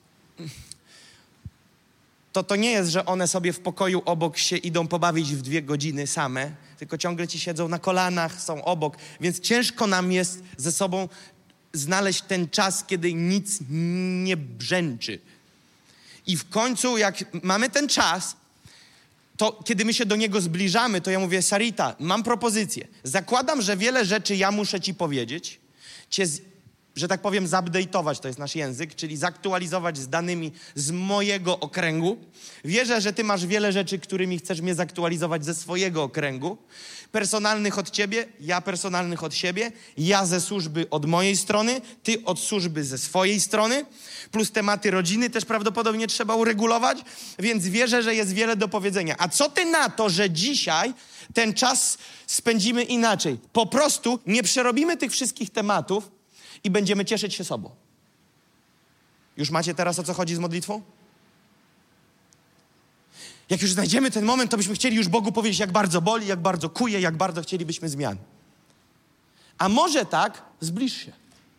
to nie jest, że one sobie w pokoju obok się idą pobawić w 2 godziny same, tylko ciągle ci siedzą na kolanach, są obok, więc ciężko nam jest ze sobą znaleźć ten czas, kiedy nic nie brzęczy. I w końcu, jak mamy ten czas, to kiedy my się do Niego zbliżamy, to ja mówię, Sarita, mam propozycję. Zakładam, że wiele rzeczy ja muszę ci powiedzieć, że tak powiem, zupdate'ować, to jest nasz język, czyli zaktualizować z danymi z mojego okręgu. Wierzę, że ty masz wiele rzeczy, którymi chcesz mnie zaktualizować ze swojego okręgu. Personalnych od ciebie, ja personalnych od siebie, ja ze służby od mojej strony, ty od służby ze swojej strony, plus tematy rodziny też prawdopodobnie trzeba uregulować, więc wierzę, że jest wiele do powiedzenia. A co ty na to, że dzisiaj ten czas spędzimy inaczej? Po prostu nie przerobimy tych wszystkich tematów i będziemy cieszyć się sobą. Już macie teraz, o co chodzi z modlitwą? Jak już znajdziemy ten moment, to byśmy chcieli już Bogu powiedzieć, jak bardzo boli, jak bardzo kuje, jak bardzo chcielibyśmy zmian. A może tak, zbliż się.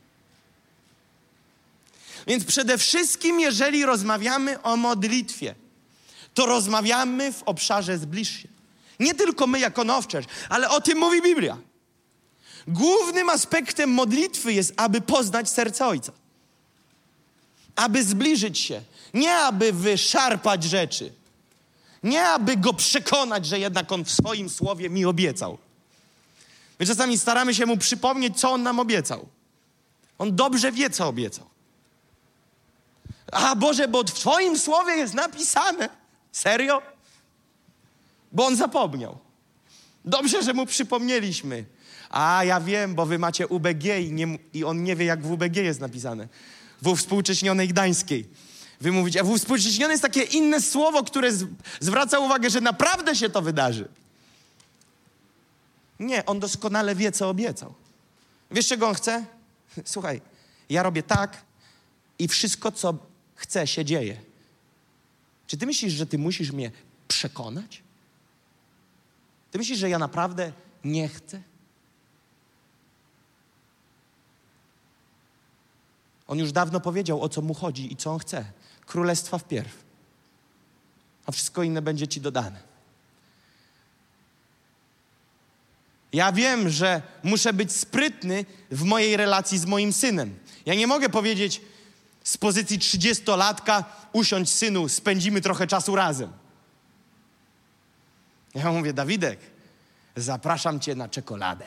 Więc przede wszystkim, jeżeli rozmawiamy o modlitwie, to rozmawiamy w obszarze zbliż się. Nie tylko my jako Now Church, ale o tym mówi Biblia. Głównym aspektem modlitwy jest, aby poznać serce Ojca. Aby zbliżyć się. Nie aby wyszarpać rzeczy. Nie aby Go przekonać, że jednak On w swoim słowie mi obiecał. My czasami staramy się Mu przypomnieć, co On nam obiecał. On dobrze wie, co obiecał. A Boże, bo w Twoim słowie jest napisane. Serio? Bo On zapomniał. Dobrze, że Mu przypomnieliśmy. A ja wiem, bo wy macie UBG i on nie wie, jak w UBG jest napisane. W Uwspółcześnionej Gdańskiej. Wy mówicie, a współcześnione jest takie inne słowo, które zwraca uwagę, że naprawdę się to wydarzy. Nie, on doskonale wie, co obiecał. Wiesz, czego on chce? Słuchaj, ja robię tak i wszystko, co chcę, się dzieje. Czy ty myślisz, że ty musisz mnie przekonać? Ty myślisz, że ja naprawdę nie chcę? On już dawno powiedział, o co mu chodzi i co on chce. Królestwa wpierw. A wszystko inne będzie ci dodane. Ja wiem, że muszę być sprytny w mojej relacji z moim synem. Ja nie mogę powiedzieć z pozycji 30-latka, usiądź synu, spędzimy trochę czasu razem. Ja mówię, Dawidek, zapraszam cię na czekoladę.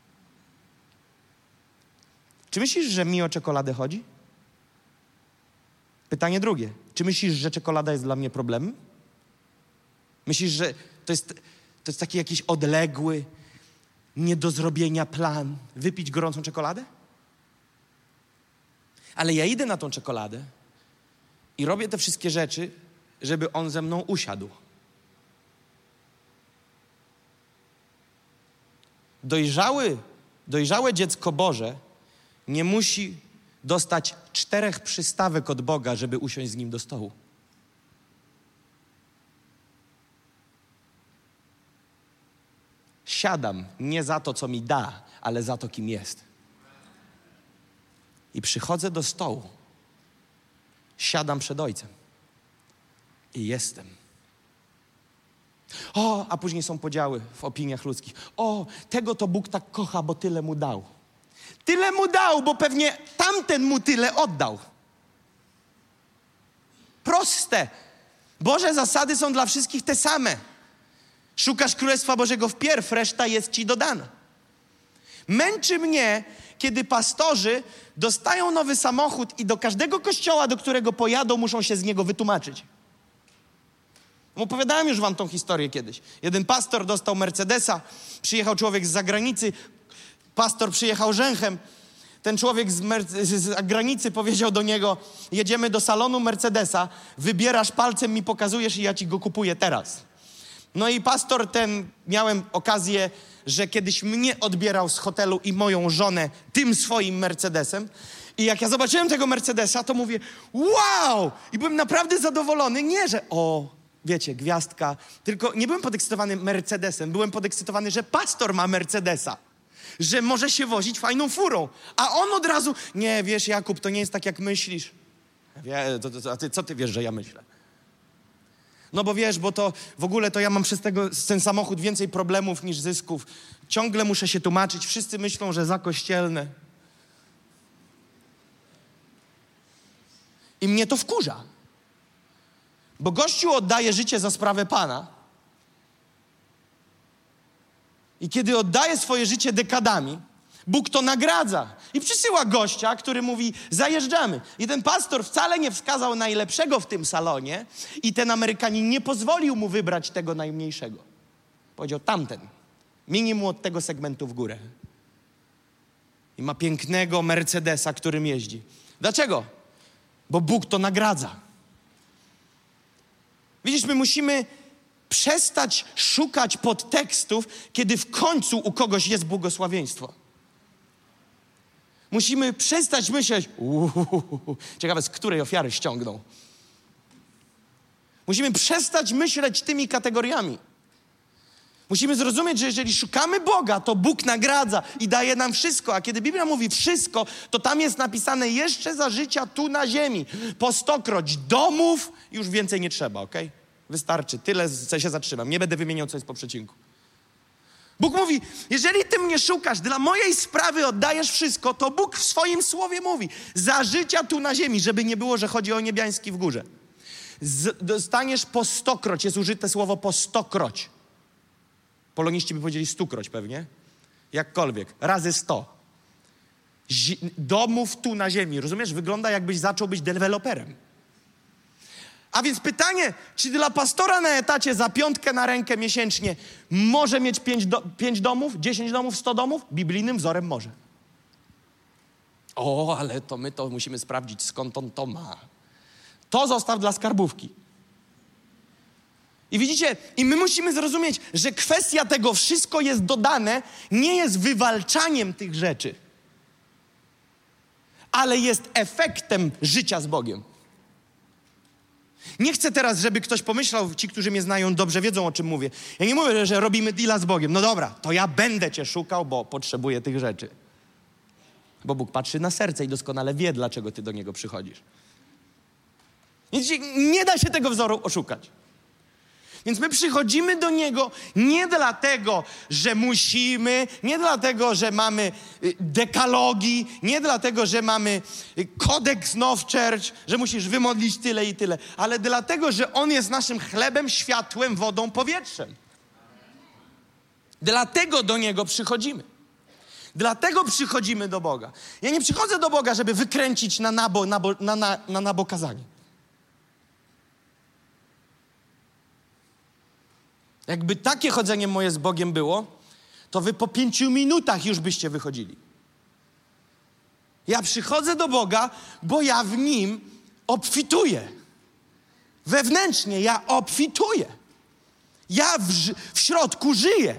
Czy myślisz, że mi o czekoladę chodzi? Pytanie drugie. Czy myślisz, że czekolada jest dla mnie problemem? Myślisz, że to jest taki jakiś odległy, nie do zrobienia plan, wypić gorącą czekoladę? Ale ja idę na tą czekoladę i robię te wszystkie rzeczy, żeby on ze mną usiadł. Dojrzałe dziecko Boże nie musi dostać 4 przystawek od Boga, żeby usiąść z Nim do stołu. Siadam nie za to, co mi da, ale za to, kim jest. I przychodzę do stołu. Siadam przed Ojcem. I jestem. O, a później są podziały w opiniach ludzkich. O, tego to Bóg tak kocha, bo tyle mu dał. Tyle mu dał, bo pewnie tamten mu tyle oddał. Proste. Boże zasady są dla wszystkich te same. Szukasz Królestwa Bożego wpierw, reszta jest ci dodana. Męczy mnie, kiedy pastorzy dostają nowy samochód i do każdego kościoła, do którego pojadą, muszą się z niego wytłumaczyć. Opowiadałem już wam tą historię kiedyś. Jeden pastor dostał Mercedesa, przyjechał człowiek z zagranicy, pastor przyjechał rzęchem. Ten człowiek z zagranicy powiedział do niego, jedziemy do salonu Mercedesa, wybierasz palcem, mi pokazujesz i ja ci go kupuję teraz. No i pastor ten, miałem okazję, że kiedyś mnie odbierał z hotelu i moją żonę tym swoim Mercedesem. I jak ja zobaczyłem tego Mercedesa, to mówię, wow! I byłem naprawdę zadowolony. Nie, że wiecie, gwiazdka. Tylko nie byłem podekscytowany Mercedesem. Byłem podekscytowany, że pastor ma Mercedesa. Że może się wozić fajną furą. A on od razu, nie, wiesz, Jakub, to nie jest tak, jak myślisz. A ty, co ty wiesz, że ja myślę? No bo wiesz, bo to w ogóle to ja mam przez ten samochód więcej problemów niż zysków. Ciągle muszę się tłumaczyć. Wszyscy myślą, że za kościelne. I mnie to wkurza. Bo Kościół oddaje życie za sprawę Pana. I kiedy oddaje swoje życie dekadami, Bóg to nagradza. I przysyła gościa, który mówi, zajeżdżamy. I ten pastor wcale nie wskazał najlepszego w tym salonie i ten Amerykanin nie pozwolił mu wybrać tego najmniejszego. Powiedział, tamten. Minimum od tego segmentu w górę. I ma pięknego Mercedesa, którym jeździ. Dlaczego? Bo Bóg to nagradza. Widzisz, my musimy przestać szukać podtekstów, kiedy w końcu u kogoś jest błogosławieństwo. Musimy przestać myśleć, ciekawe, z której ofiary ściągną. Musimy przestać myśleć tymi kategoriami. Musimy zrozumieć, że jeżeli szukamy Boga, to Bóg nagradza i daje nam wszystko. A kiedy Biblia mówi wszystko, to tam jest napisane jeszcze za życia tu na ziemi. Po 100-kroć domów, już więcej nie trzeba, okej? Wystarczy, tyle, co się zatrzymam. Nie będę wymieniał, co jest po przecinku. Bóg mówi, jeżeli ty mnie szukasz, dla mojej sprawy oddajesz wszystko, to Bóg w swoim słowie mówi, za życia tu na ziemi, żeby nie było, że chodzi o niebiański w górze. Dostaniesz po 100-kroć, jest użyte słowo po 100-kroć. Poloniści by powiedzieli 100-kroć pewnie. Jakkolwiek, razy 100. Domów tu na ziemi, rozumiesz? Wygląda, jakbyś zaczął być deweloperem. A więc pytanie, czy dla pastora na etacie za 5 na rękę miesięcznie może mieć 5 domów, 10 domów, 100 domów? Biblijnym wzorem może. Ale to my to musimy sprawdzić, skąd on to ma. To zostaw dla skarbówki. I widzicie, i my musimy zrozumieć, że kwestia tego wszystko jest dodane, nie jest wywalczaniem tych rzeczy, ale jest efektem życia z Bogiem. Nie chcę teraz, żeby ktoś pomyślał, ci, którzy mnie znają dobrze, wiedzą, o czym mówię. Ja nie mówię, że robimy deala z Bogiem. No dobra, to ja będę cię szukał, bo potrzebuję tych rzeczy. Bo Bóg patrzy na serce i doskonale wie, dlaczego ty do Niego przychodzisz. Więc nie da się tego wzoru oszukać. Więc my przychodzimy do Niego nie dlatego, że musimy, nie dlatego, że mamy dekalogi, nie dlatego, że mamy kodeks Now Church, że musisz wymodlić tyle i tyle, ale dlatego, że On jest naszym chlebem, światłem, wodą, powietrzem. Dlatego do Niego przychodzimy. Dlatego przychodzimy do Boga. Ja nie przychodzę do Boga, żeby wykręcić na nabo kazanie. Jakby takie chodzenie moje z Bogiem było, to wy po 5 minutach już byście wychodzili. Ja przychodzę do Boga, bo ja w Nim obfituję. Wewnętrznie ja obfituję. Ja w środku żyję.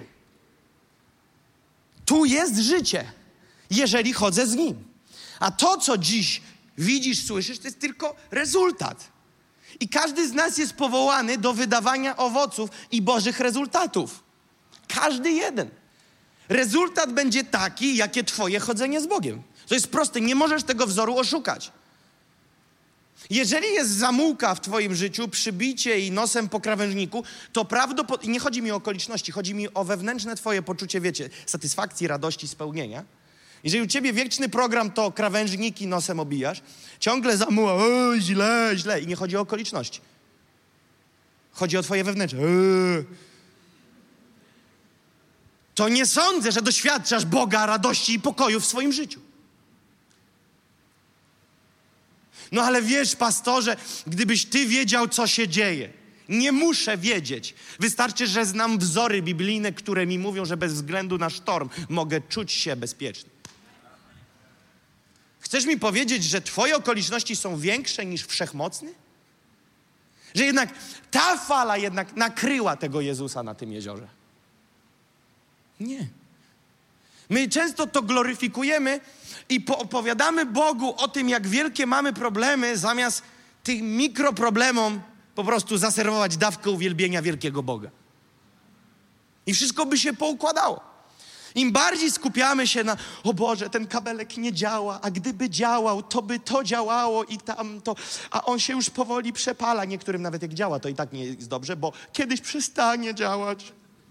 Tu jest życie, jeżeli chodzę z Nim. A to, co dziś widzisz, słyszysz, to jest tylko rezultat. I każdy z nas jest powołany do wydawania owoców i Bożych rezultatów. Każdy jeden. Rezultat będzie taki, jakie twoje chodzenie z Bogiem. To jest proste, nie możesz tego wzoru oszukać. Jeżeli jest zamułka w twoim życiu, przybicie i nosem po krawężniku, to prawdopodobnie, nie chodzi mi o okoliczności, chodzi mi o wewnętrzne twoje poczucie, wiecie, satysfakcji, radości, spełnienia. Jeżeli u ciebie wieczny program to krawężniki nosem obijasz, ciągle zamuła, źle. I nie chodzi o okoliczności. Chodzi o twoje wewnętrzne. To nie sądzę, że doświadczasz Boga, radości i pokoju w swoim życiu. No ale wiesz, pastorze, gdybyś ty wiedział, co się dzieje. Nie muszę wiedzieć. Wystarczy, że znam wzory biblijne, które mi mówią, że bez względu na sztorm mogę czuć się bezpiecznie. Chcesz mi powiedzieć, że twoje okoliczności są większe niż wszechmocny? Że jednak ta fala jednak nakryła tego Jezusa na tym jeziorze? Nie. My często to gloryfikujemy i opowiadamy Bogu o tym, jak wielkie mamy problemy, zamiast tym mikroproblemom po prostu zaserwować dawkę uwielbienia wielkiego Boga. I wszystko by się poukładało. Im bardziej skupiamy się na, o Boże, ten kabelek nie działa, a gdyby działał, to by to działało i tamto, a on się już powoli przepala. Niektórym nawet jak działa, to i tak nie jest dobrze, bo kiedyś przestanie działać.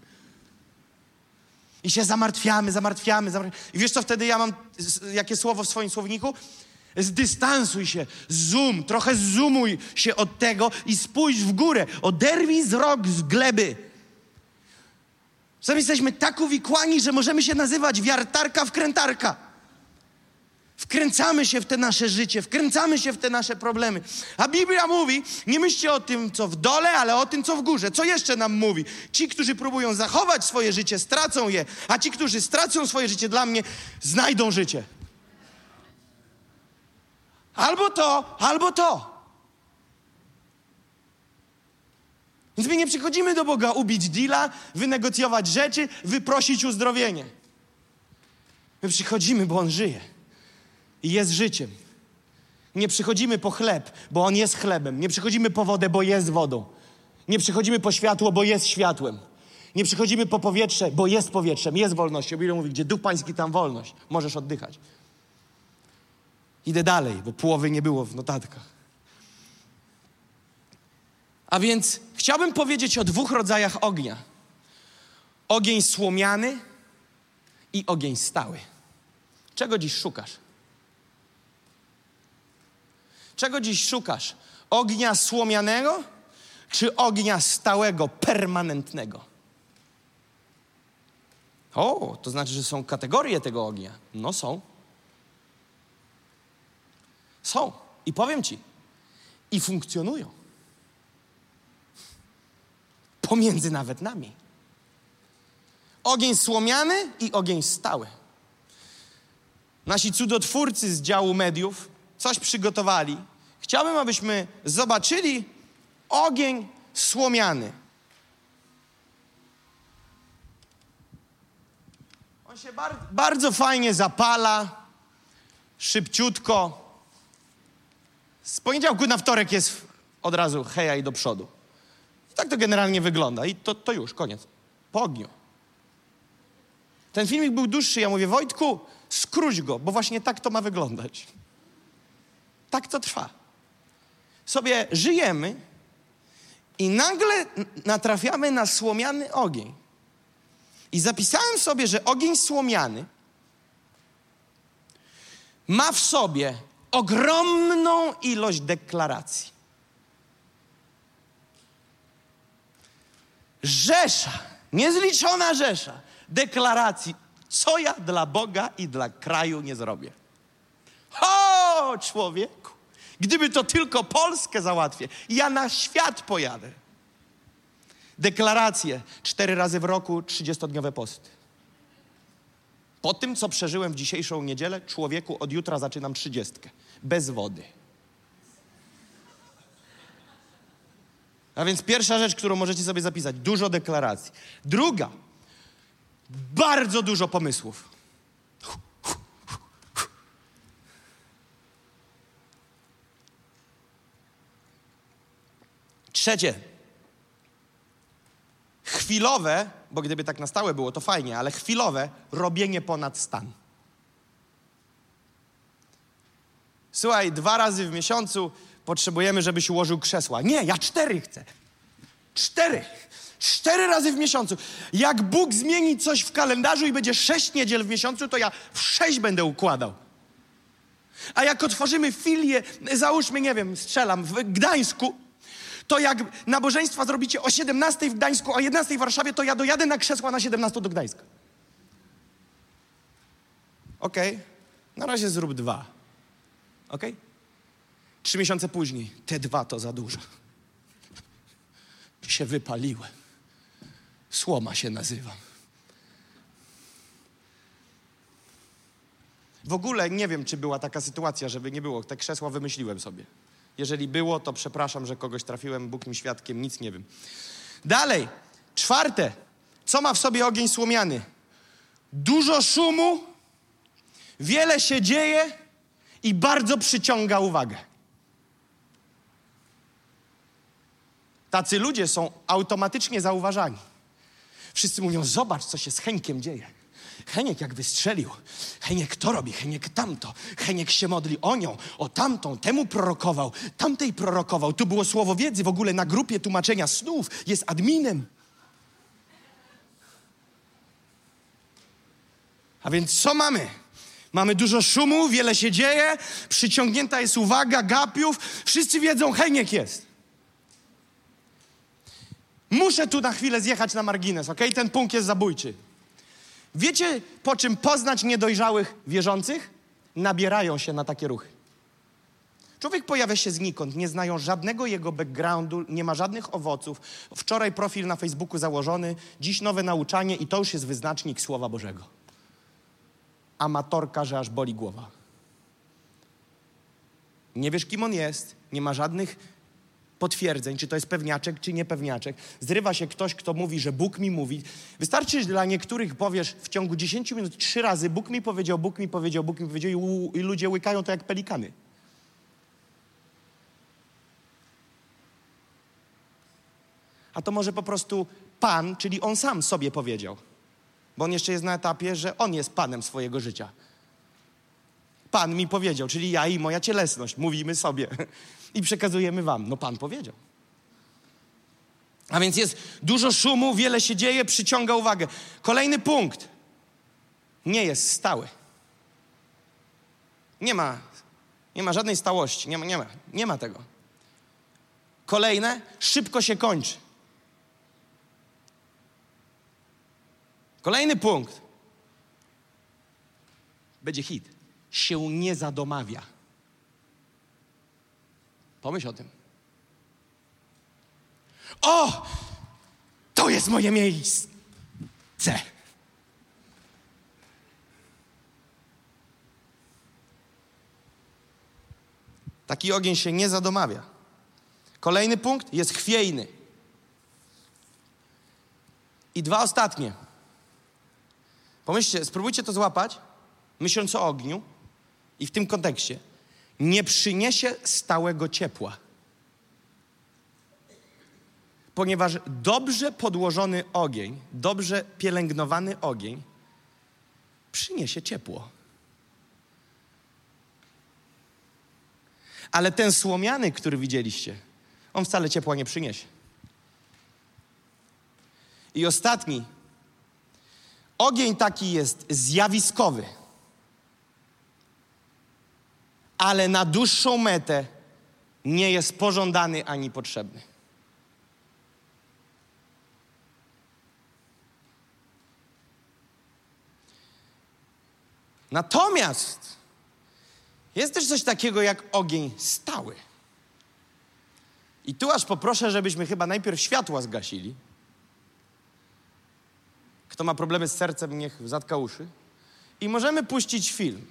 I się zamartwiamy. I wiesz co wtedy ja mam, jakie słowo w swoim słowniku? Zdystansuj się, trochę zoomuj się od tego i spójrz w górę. Oderwij wzrok z gleby. Czasami jesteśmy tak uwikłani, że możemy się nazywać wiertarka, wkrętarka. Wkręcamy się w te nasze życie, wkręcamy się w te nasze problemy. A Biblia mówi, nie myślcie o tym, co w dole, ale o tym, co w górze. Co jeszcze nam mówi? Ci, którzy próbują zachować swoje życie, stracą je, a ci, którzy stracą swoje życie dla mnie, znajdą życie. Albo to, albo to. Więc my nie przychodzimy do Boga ubić deala, wynegocjować rzeczy, wyprosić uzdrowienie. My przychodzimy, bo On żyje i jest życiem. Nie przychodzimy po chleb, bo On jest chlebem. Nie przychodzimy po wodę, bo jest wodą. Nie przychodzimy po światło, bo jest światłem. Nie przychodzimy po powietrze, bo jest powietrzem, jest wolnością. Biblia mówi, gdzie Duch Pański, tam wolność. Możesz oddychać. Idę dalej, bo połowy nie było w notatkach. A więc chciałbym powiedzieć o 2 rodzajach ognia. Ogień słomiany i ogień stały. Czego dziś szukasz? Czego dziś szukasz? Ognia słomianego czy ognia stałego, permanentnego? O, to znaczy, że są kategorie tego ognia. No są. Są. I powiem ci, i funkcjonują. Pomiędzy nawet nami. Ogień słomiany i ogień stały. Nasi cudotwórcy z działu mediów coś przygotowali. Chciałbym, abyśmy zobaczyli ogień słomiany. On się bardzo fajnie zapala, szybciutko. Z poniedziałku na wtorek jest od razu heja i do przodu. Tak to generalnie wygląda i to już, koniec. Po ogniu. Ten filmik był dłuższy, ja mówię, Wojtku, skróć go, bo właśnie tak to ma wyglądać. Tak to trwa. Sobie żyjemy i nagle natrafiamy na słomiany ogień. I zapisałem sobie, że ogień słomiany ma w sobie ogromną ilość deklaracji. Rzesza, niezliczona rzesza deklaracji, co ja dla Boga i dla kraju nie zrobię. O, człowieku, gdyby to tylko Polskę załatwię, ja na świat pojadę. Deklaracje 4 razy w roku, 30-dniowe posty. Po tym, co przeżyłem w dzisiejszą niedzielę, człowieku, od jutra zaczynam 30. Bez wody. A więc pierwsza rzecz, którą możecie sobie zapisać, dużo deklaracji. Druga, bardzo dużo pomysłów. Trzecie, chwilowe, bo gdyby tak na stałe było, to fajnie, ale chwilowe robienie ponad stan. Słuchaj, 2 razy w miesiącu potrzebujemy, żebyś ułożył krzesła. Nie, ja 4 chcę. 4 razy w miesiącu. Jak Bóg zmieni coś w kalendarzu i będzie 6 niedziel w miesiącu, to ja w 6 będę układał. A jak otworzymy filię, załóżmy, nie wiem, strzelam, w Gdańsku, to jak nabożeństwa zrobicie o 17 w Gdańsku, o 11 w Warszawie, to ja dojadę na krzesła na 17 do Gdańska. Okej. Na razie zrób 2. Okej? 3 miesiące później, te 2 to za dużo. Się wypaliłem. Słoma się nazywam. W ogóle nie wiem, czy była taka sytuacja, żeby nie było. Te krzesła wymyśliłem sobie. Jeżeli było, to przepraszam, że kogoś trafiłem, Bóg mi świadkiem, nic nie wiem. Dalej, 4. Co ma w sobie ogień słomiany? Dużo szumu, wiele się dzieje i bardzo przyciąga uwagę. Tacy ludzie są automatycznie zauważani. Wszyscy mówią, zobacz, co się z Henkiem dzieje. Heniek jak wystrzelił. Heniek to robi, Heniek tamto. Heniek się modli o nią, o tamtą, temu prorokował, tamtej prorokował. Tu było słowo wiedzy, w ogóle na grupie tłumaczenia snów jest adminem. A więc co mamy? Mamy dużo szumu, wiele się dzieje, przyciągnięta jest uwaga, gapiów. Wszyscy wiedzą, Heniek jest. Muszę tu na chwilę zjechać na margines, okej? Ten punkt jest zabójczy. Wiecie, po czym poznać niedojrzałych wierzących? Nabierają się na takie ruchy. Człowiek pojawia się znikąd, nie znają żadnego jego backgroundu, nie ma żadnych owoców. Wczoraj profil na Facebooku założony, dziś nowe nauczanie i to już jest wyznacznik Słowa Bożego. Amatorka, że aż boli głowa. Nie wiesz, kim on jest, nie ma żadnych potwierdzeń, czy to jest pewniaczek, czy niepewniaczek. Zrywa się ktoś, kto mówi, że Bóg mi mówi. Wystarczy, że dla niektórych powiesz w ciągu 10 minut 3 razy Bóg mi powiedział, Bóg mi powiedział, Bóg mi powiedział i ludzie łykają to jak pelikany. A to może po prostu Pan, czyli On sam sobie powiedział. Bo On jeszcze jest na etapie, że On jest Panem swojego życia. Pan mi powiedział, czyli ja i moja cielesność. Mówimy sobie i przekazujemy wam. No Pan powiedział. A więc jest dużo szumu, wiele się dzieje, przyciąga uwagę. Kolejny punkt. Nie jest stały. Nie ma żadnej stałości. Nie ma tego. Kolejne, szybko się kończy. Kolejny punkt. Będzie hit. Się nie zadomawia. Pomyśl o tym. O! To jest moje miejsce. Taki ogień się nie zadomawia. Kolejny punkt jest chwiejny. I dwa ostatnie. Pomyślcie, spróbujcie to złapać, myśląc o ogniu i w tym kontekście. Nie przyniesie stałego ciepła. Ponieważ dobrze podłożony ogień, dobrze pielęgnowany ogień przyniesie ciepło. Ale ten słomiany, który widzieliście, on wcale ciepła nie przyniesie. I ostatni. Ogień taki jest zjawiskowy, ale na dłuższą metę nie jest pożądany ani potrzebny. Natomiast jest też coś takiego jak ogień stały. I tu aż poproszę, żebyśmy chyba najpierw światła zgasili. Kto ma problemy z sercem, niech zatka uszy. I możemy puścić film.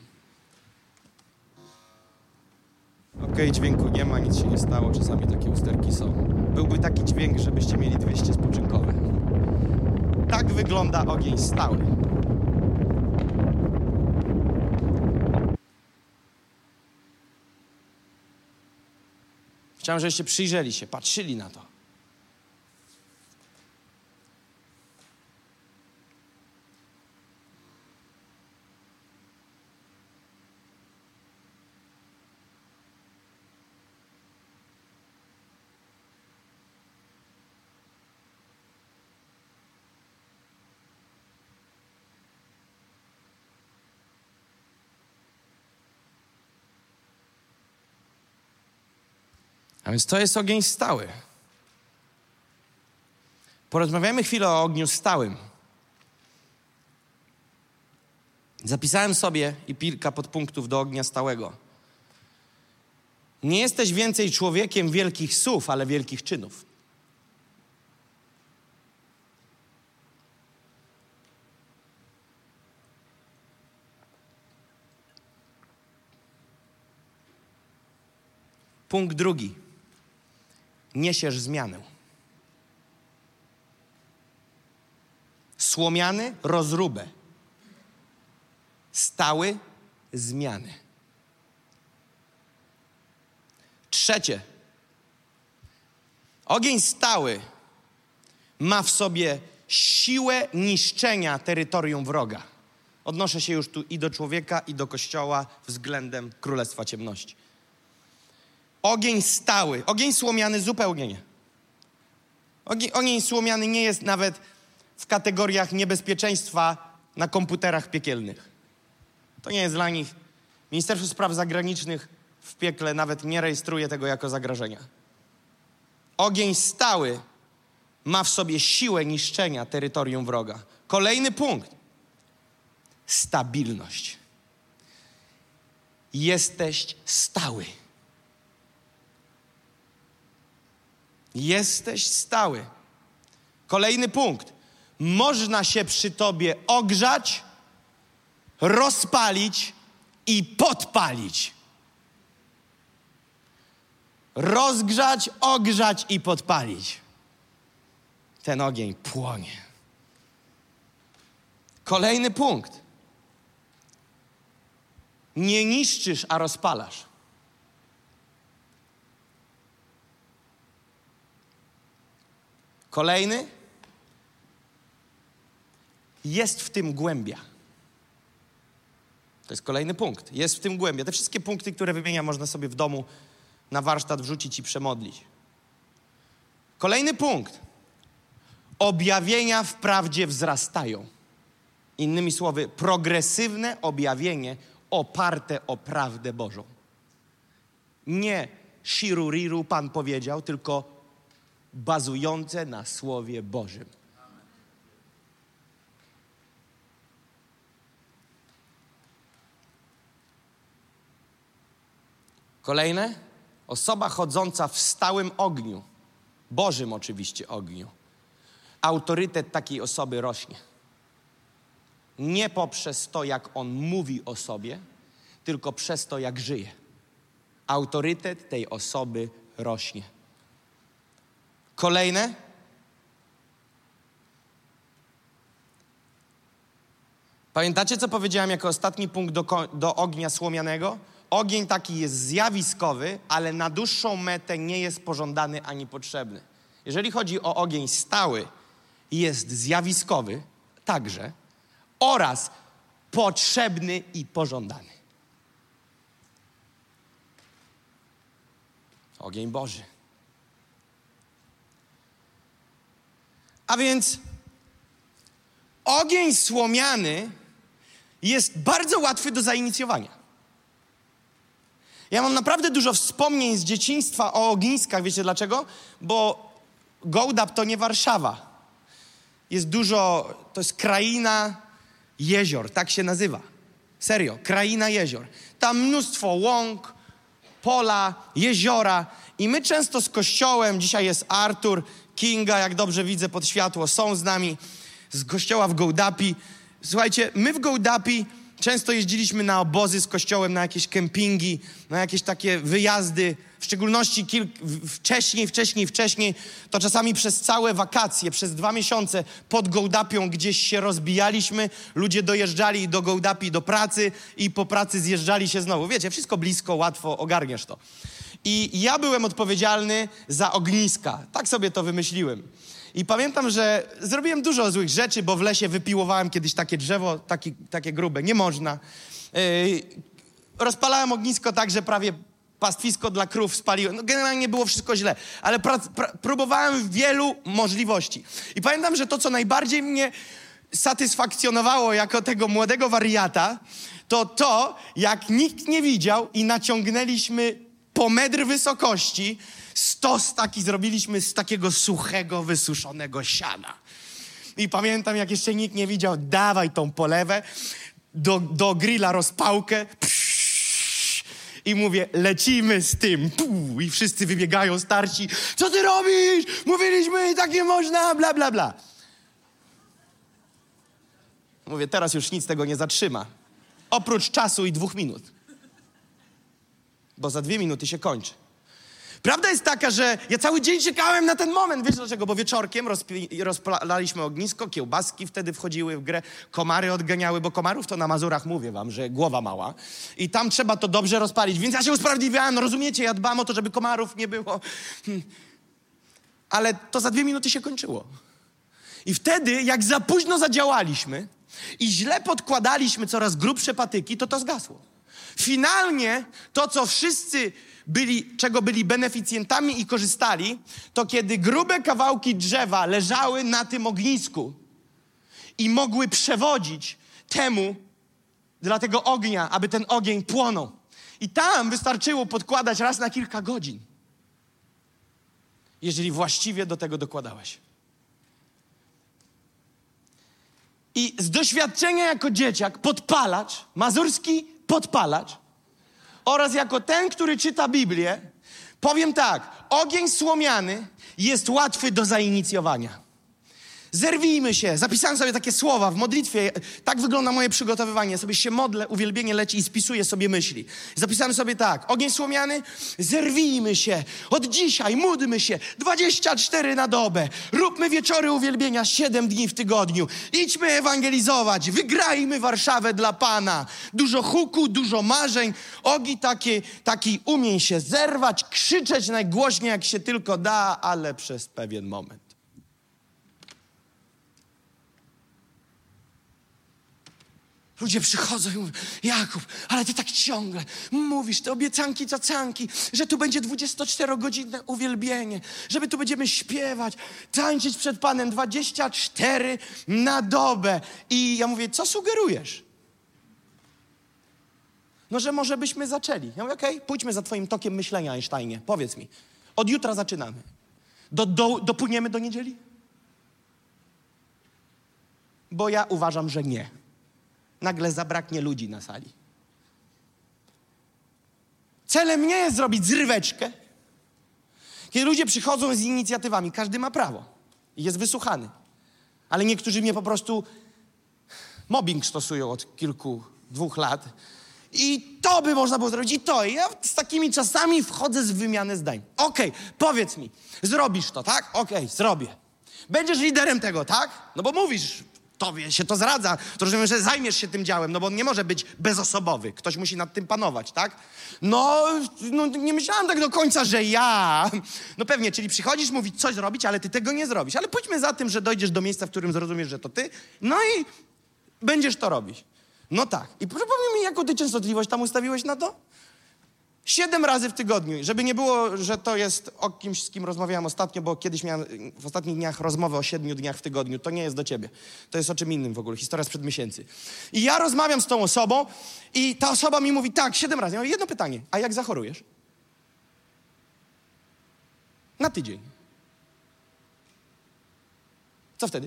Okej, dźwięku nie ma, nic się nie stało. Czasami takie usterki są. Byłby taki dźwięk, żebyście mieli 200 spoczynkowe. Tak wygląda ogień stały. Chciałem, żebyście przyjrzeli się, patrzyli na to. A więc to jest ogień stały. Porozmawiajmy chwilę o ogniu stałym. Zapisałem sobie i kilka podpunktów do ognia stałego. Nie jesteś więcej człowiekiem wielkich słów, ale wielkich czynów. Punkt drugi. Niesiesz zmianę. Słomiany rozróbę. Stały zmiany. Trzecie. Ogień stały ma w sobie siłę niszczenia terytorium wroga. Odnoszę się już tu i do człowieka, i do Kościoła względem Królestwa Ciemności. Ogień stały, ogień słomiany zupełnie nie. Ogień słomiany nie jest nawet w kategoriach niebezpieczeństwa na komputerach piekielnych. To nie jest dla nich. Ministerstwo Spraw Zagranicznych w piekle nawet nie rejestruje tego jako zagrożenia. Ogień stały ma w sobie siłę niszczenia terytorium wroga. Kolejny punkt. Stabilność. Jesteś stały. Jesteś stały. Kolejny punkt. Można się przy tobie ogrzać, rozpalić i podpalić. Rozgrzać, ogrzać i podpalić. Ten ogień płonie. Kolejny punkt. Nie niszczysz, a rozpalasz. Kolejny. Jest w tym głębia. To jest kolejny punkt. Jest w tym głębia. Te wszystkie punkty, które wymieniam, można sobie w domu na warsztat wrzucić i przemodlić. Kolejny punkt. Objawienia w prawdzie wzrastają. Innymi słowy, progresywne objawienie oparte o prawdę Bożą. Nie shiruriru Pan powiedział, tylko bazujące na Słowie Bożym. Kolejne. Osoba chodząca w stałym ogniu, Bożym oczywiście ogniu. Autorytet takiej osoby rośnie. Nie poprzez to, jak on mówi o sobie, tylko przez to, jak żyje. autorytet tej osoby rośnie. Kolejne. Pamiętacie, co powiedziałem jako ostatni punkt do ognia słomianego? Ogień taki jest zjawiskowy, ale na dłuższą metę nie jest pożądany ani potrzebny. Jeżeli chodzi o ogień stały, jest zjawiskowy także oraz potrzebny i pożądany. Ogień Boży. A więc ogień słomiany jest bardzo łatwy do zainicjowania. Ja mam naprawdę dużo wspomnień z dzieciństwa o ogniskach. Wiecie dlaczego? Bo Gołdap to nie Warszawa. Jest dużo, to jest kraina jezior, tak się nazywa. Serio, kraina jezior. Tam mnóstwo łąk, pola, jeziora. I my często z kościołem, dzisiaj jest Artur, Kinga, jak dobrze widzę pod światło, są z nami z kościoła w Gołdapi. Słuchajcie, my w Gołdapi często jeździliśmy na obozy z kościołem, na jakieś kempingi, na jakieś takie wyjazdy, w szczególności wcześniej, to czasami przez całe wakacje, przez 2 miesiące pod Gołdapią gdzieś się rozbijaliśmy, ludzie dojeżdżali do Gołdapi do pracy i po pracy zjeżdżali się znowu. Wiecie, wszystko blisko, łatwo, ogarniesz to. I ja byłem odpowiedzialny za ogniska, tak sobie to wymyśliłem. I pamiętam, że zrobiłem dużo złych rzeczy, bo w lesie wypiłowałem kiedyś takie drzewo, takie grube, nie można. Rozpalałem ognisko tak, że prawie pastwisko dla krów spaliłem. No, generalnie było wszystko źle, ale próbowałem wielu możliwości. I pamiętam, że to, co najbardziej mnie satysfakcjonowało jako tego młodego wariata, to, jak nikt nie widział i naciągnęliśmy po metr wysokości stos taki zrobiliśmy z takiego suchego, wysuszonego siana. I pamiętam, jak jeszcze nikt nie widział, dawaj tą polewę, do grilla rozpałkę, i mówię, lecimy z tym. I wszyscy wybiegają starsi. Co ty robisz? Mówiliśmy, tak nie można, bla, bla, bla. Mówię, teraz już nic tego nie zatrzyma. Oprócz czasu i 2 minut. Bo za 2 minuty się kończy. Prawda jest taka, że ja cały dzień czekałem na ten moment. Wiesz dlaczego? Bo wieczorkiem rozpalaliśmy ognisko, kiełbaski wtedy wchodziły w grę, komary odganiały, bo komarów to na Mazurach, mówię wam, że głowa mała. I tam trzeba to dobrze rozpalić. Więc ja się usprawiedliwiałem, no rozumiecie, ja dbam o to, żeby komarów nie było. Ale to za 2 minuty się kończyło. I wtedy, jak za późno zadziałaliśmy i źle podkładaliśmy coraz grubsze patyki, to zgasło. Finalnie to, co wszyscy czego byli beneficjentami i korzystali, to kiedy grube kawałki drzewa leżały na tym ognisku i mogły przewodzić dla tego ognia, aby ten ogień płonął. I tam wystarczyło podkładać raz na kilka godzin, jeżeli właściwie do tego dokładałeś. I z doświadczenia jako dzieciak, podpalacz, mazurski podpalacz, oraz jako ten, który czyta Biblię, powiem tak, ogień słomiany jest łatwy do zainicjowania. Zerwijmy się. Zapisałem sobie takie słowa w modlitwie. Tak wygląda moje przygotowywanie. Ja sobie się modlę, uwielbienie leci i spisuję sobie myśli. Zapisałem sobie tak. Ogień słomiany, zerwijmy się. Od dzisiaj módlmy się 24 na dobę. Róbmy wieczory uwielbienia 7 dni w tygodniu. Idźmy ewangelizować. Wygrajmy Warszawę dla Pana. Dużo huku, dużo marzeń. Ogień taki umie się zerwać, krzyczeć najgłośniej jak się tylko da, ale przez pewien moment. Ludzie przychodzą i mówią, Jakub, ale ty tak ciągle mówisz, te obiecanki, cacanki, że tu będzie 24-godzinne uwielbienie, że tu będziemy śpiewać, tańczyć przed Panem 24 na dobę. I ja mówię, co sugerujesz? No, że może byśmy zaczęli. Ja mówię, okej, pójdźmy za twoim tokiem myślenia, Einsteinie. Powiedz mi, od jutra zaczynamy. Dopłyniemy do niedzieli? Bo ja uważam, że nie. Nagle zabraknie ludzi na sali. Celem nie jest zrobić zryweczkę. Kiedy ludzie przychodzą z inicjatywami, każdy ma prawo i jest wysłuchany. Ale niektórzy mnie po prostu mobbing stosują od 2 lat I to by można było zrobić, i to. I ja z takimi czasami wchodzę z wymiany zdań. Okej, powiedz mi, zrobisz to, tak? Okej, zrobię. Będziesz liderem tego, tak? No bo mówisz, tobie się to zradza, to rozumiem, że zajmiesz się tym działem, no bo on nie może być bezosobowy. Ktoś musi nad tym panować, tak? No nie myślałem tak do końca, że ja... No pewnie, czyli przychodzisz mówić coś zrobić, ale ty tego nie zrobisz. Ale pójdźmy za tym, że dojdziesz do miejsca, w którym zrozumiesz, że to ty, no i będziesz to robić. No tak. I przypomnij mi, jaką ty częstotliwość tam ustawiłeś na to? 7 razy w tygodniu. Żeby nie było, że to jest o kimś, z kim rozmawiałem ostatnio, bo kiedyś miałem w ostatnich dniach rozmowę o 7 dniach w tygodniu. To nie jest do ciebie. To jest o czym innym w ogóle. Historia sprzed miesięcy. I ja rozmawiam z tą osobą i ta osoba mi mówi, tak, 7 razy. Ja mam jedno pytanie. A jak zachorujesz? Na tydzień. Co wtedy?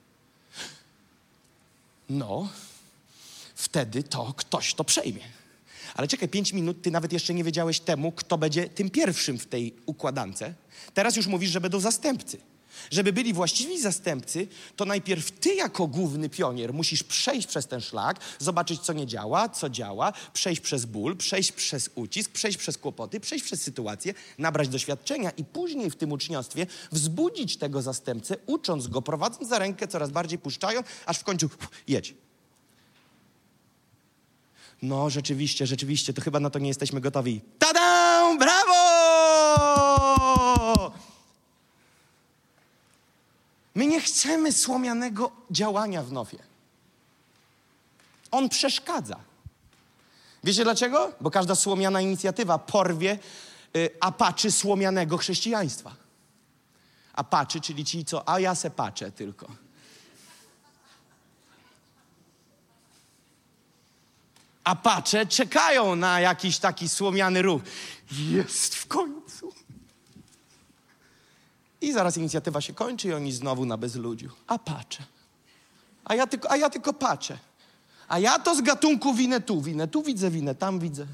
No, wtedy to ktoś to przejmie. Ale czekaj, 5 minut, ty nawet jeszcze nie wiedziałeś temu, kto będzie tym pierwszym w tej układance. Teraz już mówisz, że będą zastępcy. Żeby byli właściwi zastępcy, to najpierw ty jako główny pionier musisz przejść przez ten szlak, zobaczyć, co nie działa, co działa, przejść przez ból, przejść przez ucisk, przejść przez kłopoty, przejść przez sytuację, nabrać doświadczenia i później w tym uczniostwie wzbudzić tego zastępcę, ucząc go, prowadząc za rękę, coraz bardziej puszczając, aż w końcu jedź. No, rzeczywiście, to chyba na to nie jesteśmy gotowi. Tada! Brawo! My nie chcemy słomianego działania w Nofie. On przeszkadza. Wiecie dlaczego? Bo każda słomiana inicjatywa porwie apaczy słomianego chrześcijaństwa. Apaczy, czyli ci co, a ja se patrzę tylko. Apacze czekają na jakiś taki słomiany ruch. Jest w końcu. I zaraz inicjatywa się kończy i oni znowu na bezludziu. Apacze. A ja tylko patrzę. A ja to z gatunku winę tu widzę winę, tam widzę.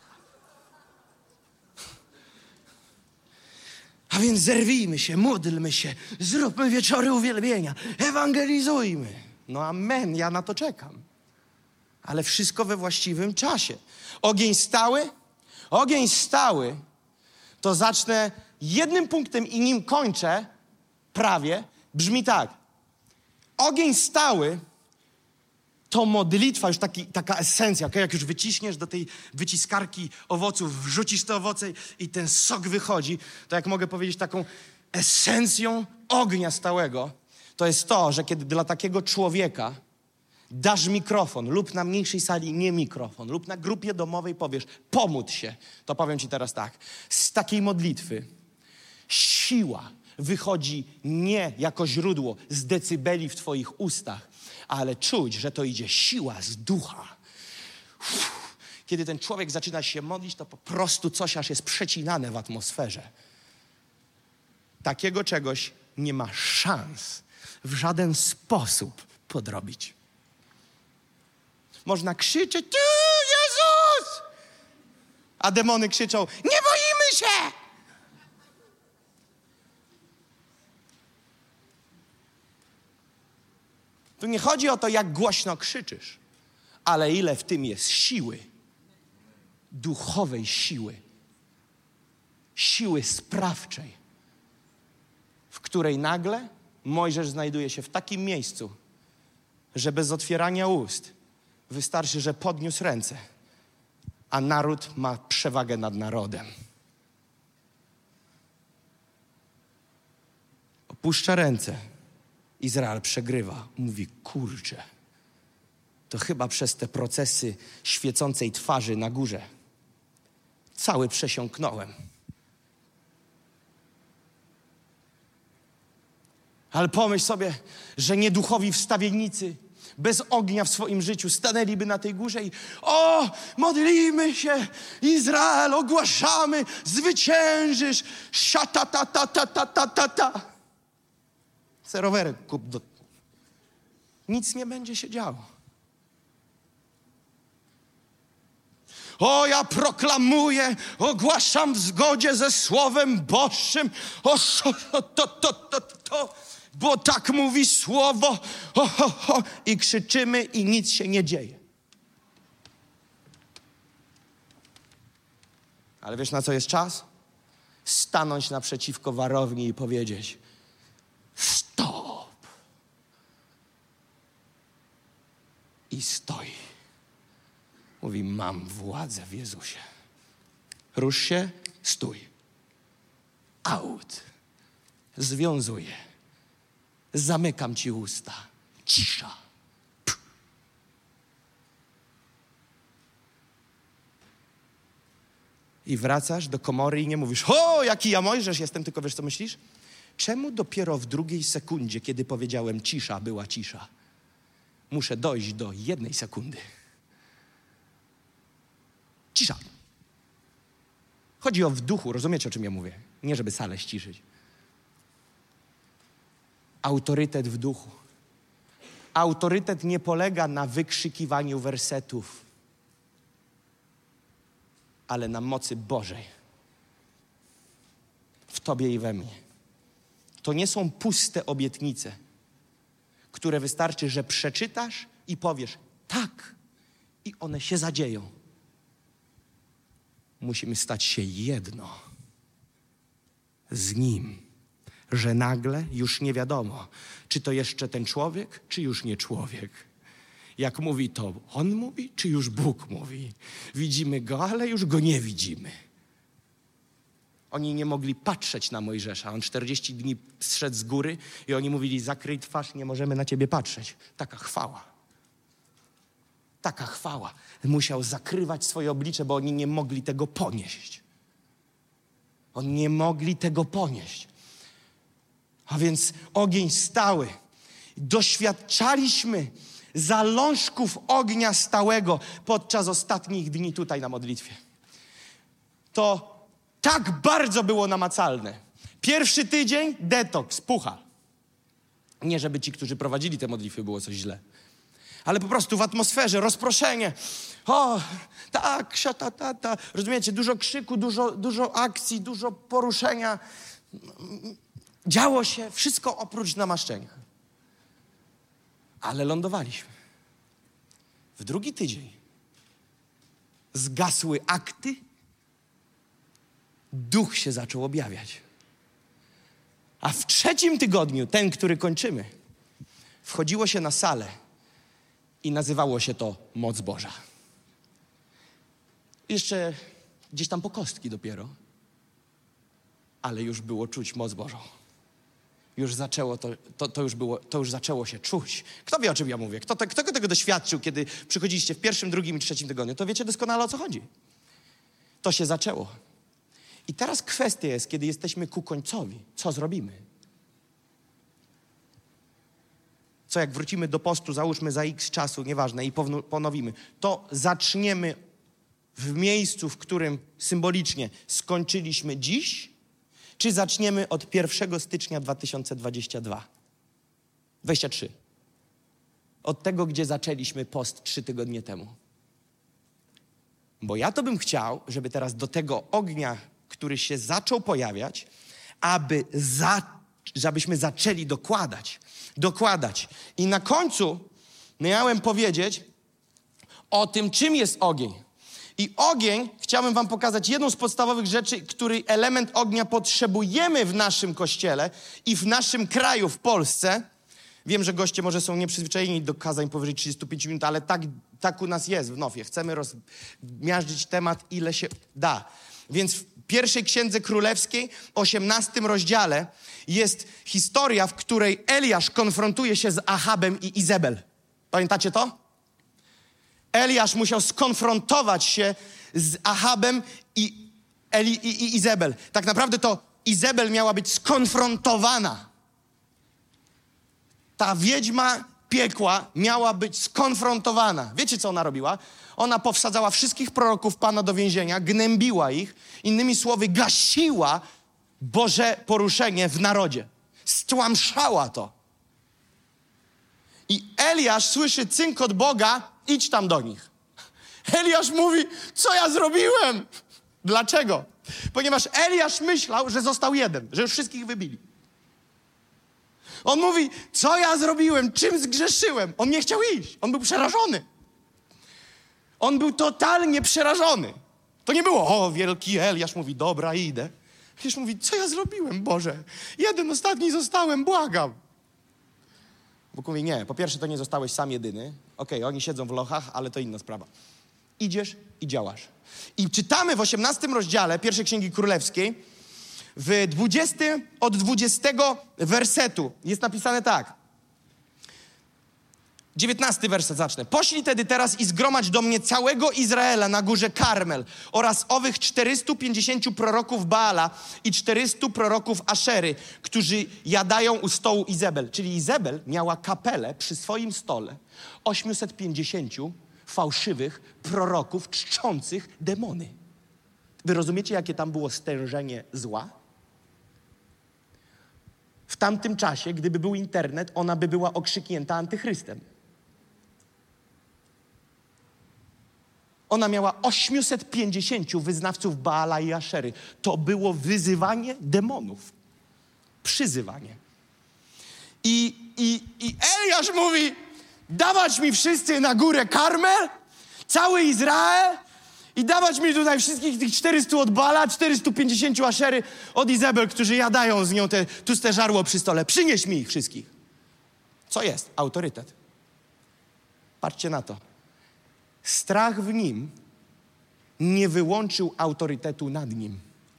A więc zerwijmy się, módlmy się, zróbmy wieczory uwielbienia, ewangelizujmy. No amen, ja na to czekam. Ale wszystko we właściwym czasie. Ogień stały, to zacznę jednym punktem i nim kończę, prawie, brzmi tak. Ogień stały to modlitwa, już taka esencja, okay? Jak już wyciśniesz do tej wyciskarki owoców, wrzucisz te owoce i ten sok wychodzi, to jak mogę powiedzieć, taką esencją ognia stałego, to jest to, że kiedy dla takiego człowieka dasz mikrofon lub na mniejszej sali nie mikrofon lub na grupie domowej powiesz, pomódl się, to powiem ci teraz tak, z takiej modlitwy siła wychodzi nie jako źródło z decybeli w twoich ustach, ale czuć, że to idzie siła z ducha. Kiedy ten człowiek zaczyna się modlić, to po prostu coś aż jest przecinane w atmosferze. Takiego czegoś nie ma szans w żaden sposób podrobić. Można krzyczeć, tu Jezus! A demony krzyczą, nie boimy się! Tu nie chodzi o to, jak głośno krzyczysz, ale ile w tym jest siły, duchowej siły, siły sprawczej, w której nagle Mojżesz znajduje się w takim miejscu, że bez otwierania ust wystarczy, że podniósł ręce, a naród ma przewagę nad narodem. Opuszcza ręce. Izrael przegrywa. Mówi, kurczę, to chyba przez te procesy świecącej twarzy na górze cały przesiąknąłem. Ale pomyśl sobie, że nieduchowi wstawiennicy bez ognia w swoim życiu stanęliby na tej górze i modlimy się, Izrael, ogłaszamy, zwyciężysz, ta. Se rowerek kup Nic nie będzie się działo. Ja proklamuję, ogłaszam w zgodzie ze Słowem Bożym, bo tak mówi Słowo, i krzyczymy i nic się nie dzieje. Ale wiesz, na co jest czas? Stanąć naprzeciwko warowni i powiedzieć: stop! I stoi. Mówi: mam władzę w Jezusie. Rusz się, stój. Out. Związuję. Zamykam ci usta. Cisza. I wracasz do komory i nie mówisz: o, jaki ja Mojżesz jestem, tylko wiesz, co myślisz? Czemu dopiero w drugiej sekundzie, kiedy powiedziałem cisza, była cisza? Muszę dojść do 1 sekundy. Cisza. Chodzi o w duchu, rozumiecie, o czym ja mówię? Nie, żeby salę ściszyć. Autorytet w duchu. Autorytet nie polega na wykrzykiwaniu wersetów, ale na mocy Bożej. W tobie i we mnie. To nie są puste obietnice, które wystarczy, że przeczytasz i powiesz tak i one się zadzieją. Musimy stać się jedno z Nim, że nagle już nie wiadomo, czy to jeszcze ten człowiek, czy już nie człowiek. Jak mówi, to On mówi, czy już Bóg mówi. Widzimy Go, ale już Go nie widzimy. Oni nie mogli patrzeć na Mojżesza. On 40 dni zszedł z góry i oni mówili: zakryj twarz, nie możemy na Ciebie patrzeć. Taka chwała. Taka chwała. Musiał zakrywać swoje oblicze, bo oni nie mogli tego ponieść. Oni nie mogli tego ponieść. A więc ogień stały. Doświadczaliśmy zalążków ognia stałego podczas ostatnich dni tutaj na modlitwie. To tak bardzo było namacalne. Pierwszy tydzień detoks, pucha. Nie, żeby ci, którzy prowadzili te modlitwy, było coś źle. Ale po prostu w atmosferze, rozproszenie. O, tak, ta. Rozumiecie, dużo krzyku, dużo akcji, dużo poruszenia. Działo się wszystko oprócz namaszczenia. Ale lądowaliśmy. W drugi tydzień zgasły akty, duch się zaczął objawiać. A w trzecim tygodniu, ten, który kończymy, wchodziło się na salę i nazywało się to moc Boża. Jeszcze gdzieś tam po kostki dopiero, ale już było czuć moc Bożą. Już zaczęło to już zaczęło się czuć. Kto wie, o czym ja mówię? Kto tego doświadczył, kiedy przychodziliście w pierwszym, drugim i trzecim tygodniu? To wiecie doskonale, o co chodzi. To się zaczęło. I teraz kwestia jest, kiedy jesteśmy ku końcowi, co zrobimy? Co jak wrócimy do postu, załóżmy za x czasu, nieważne, i ponowimy, to zaczniemy w miejscu, w którym symbolicznie skończyliśmy dziś, czy zaczniemy od 1 stycznia 2023? Od tego, gdzie zaczęliśmy post 3 tygodnie temu. Bo ja to bym chciał, żeby teraz do tego ognia, który się zaczął pojawiać, żebyśmy zaczęli dokładać. I na końcu miałem powiedzieć o tym, czym jest ogień. I ogień, chciałbym wam pokazać jedną z podstawowych rzeczy, który element ognia potrzebujemy w naszym kościele i w naszym kraju, w Polsce. Wiem, że goście może są nieprzyzwyczajeni do kazań powyżej 35 minut, ale tak u nas jest w Nofie. Chcemy rozmiażdżyć temat, ile się da. Więc w pierwszej Księdze Królewskiej, 18 rozdziale, jest historia, w której Eliasz konfrontuje się z Achabem i Izebel. Pamiętacie to? Eliasz musiał skonfrontować się z Achabem i Izebel. Tak naprawdę to Izebel miała być skonfrontowana. Ta wiedźma piekła miała być skonfrontowana. Wiecie, co ona robiła? Ona powsadzała wszystkich proroków Pana do więzienia, gnębiła ich, innymi słowy gasiła Boże poruszenie w narodzie. Stłamszała to. I Eliasz słyszy cynk od Boga: idź tam do nich. Eliasz mówi: co ja zrobiłem? Dlaczego? Ponieważ Eliasz myślał, że został jeden, że już wszystkich wybili. On mówi: co ja zrobiłem? Czym zgrzeszyłem? On nie chciał iść. On był przerażony. On był totalnie przerażony. To nie było, o, wielki Eliasz mówi, dobra, idę. Eliasz mówi, co ja zrobiłem, Boże? Jeden ostatni zostałem, błagam. Bóg mówi, nie, po pierwsze to nie zostałeś sam jedyny. Okej, oni siedzą w lochach, ale to inna sprawa. Idziesz i działasz. I czytamy w 18 rozdziale pierwszej Księgi Królewskiej, od 20 wersetu jest napisane tak. 19 werset zacznę. Poślij tedy teraz i zgromadź do mnie całego Izraela na górze Karmel oraz owych 450 proroków Baala i 400 proroków Aszery, którzy jadają u stołu Izebel. Czyli Izebel miała kapelę przy swoim stole 850 fałszywych proroków czczących demony. Wy rozumiecie, jakie tam było stężenie zła? W tamtym czasie, gdyby był internet, ona by była okrzyknięta antychrystem. Ona miała 850 wyznawców Baala i Aszery. To było wyzywanie demonów. Przyzywanie. I Eliasz mówi, dawać mi wszyscy na górę Karmel, cały Izrael i dawać mi tutaj wszystkich tych 400 od Baala, 450 Aszery od Izebel, którzy jadają z nią te tłuste żarło przy stole. Przynieś mi ich wszystkich. Co jest? Autorytet. Patrzcie na to. Strach w nim nie wyłączył autorytetu nad nim.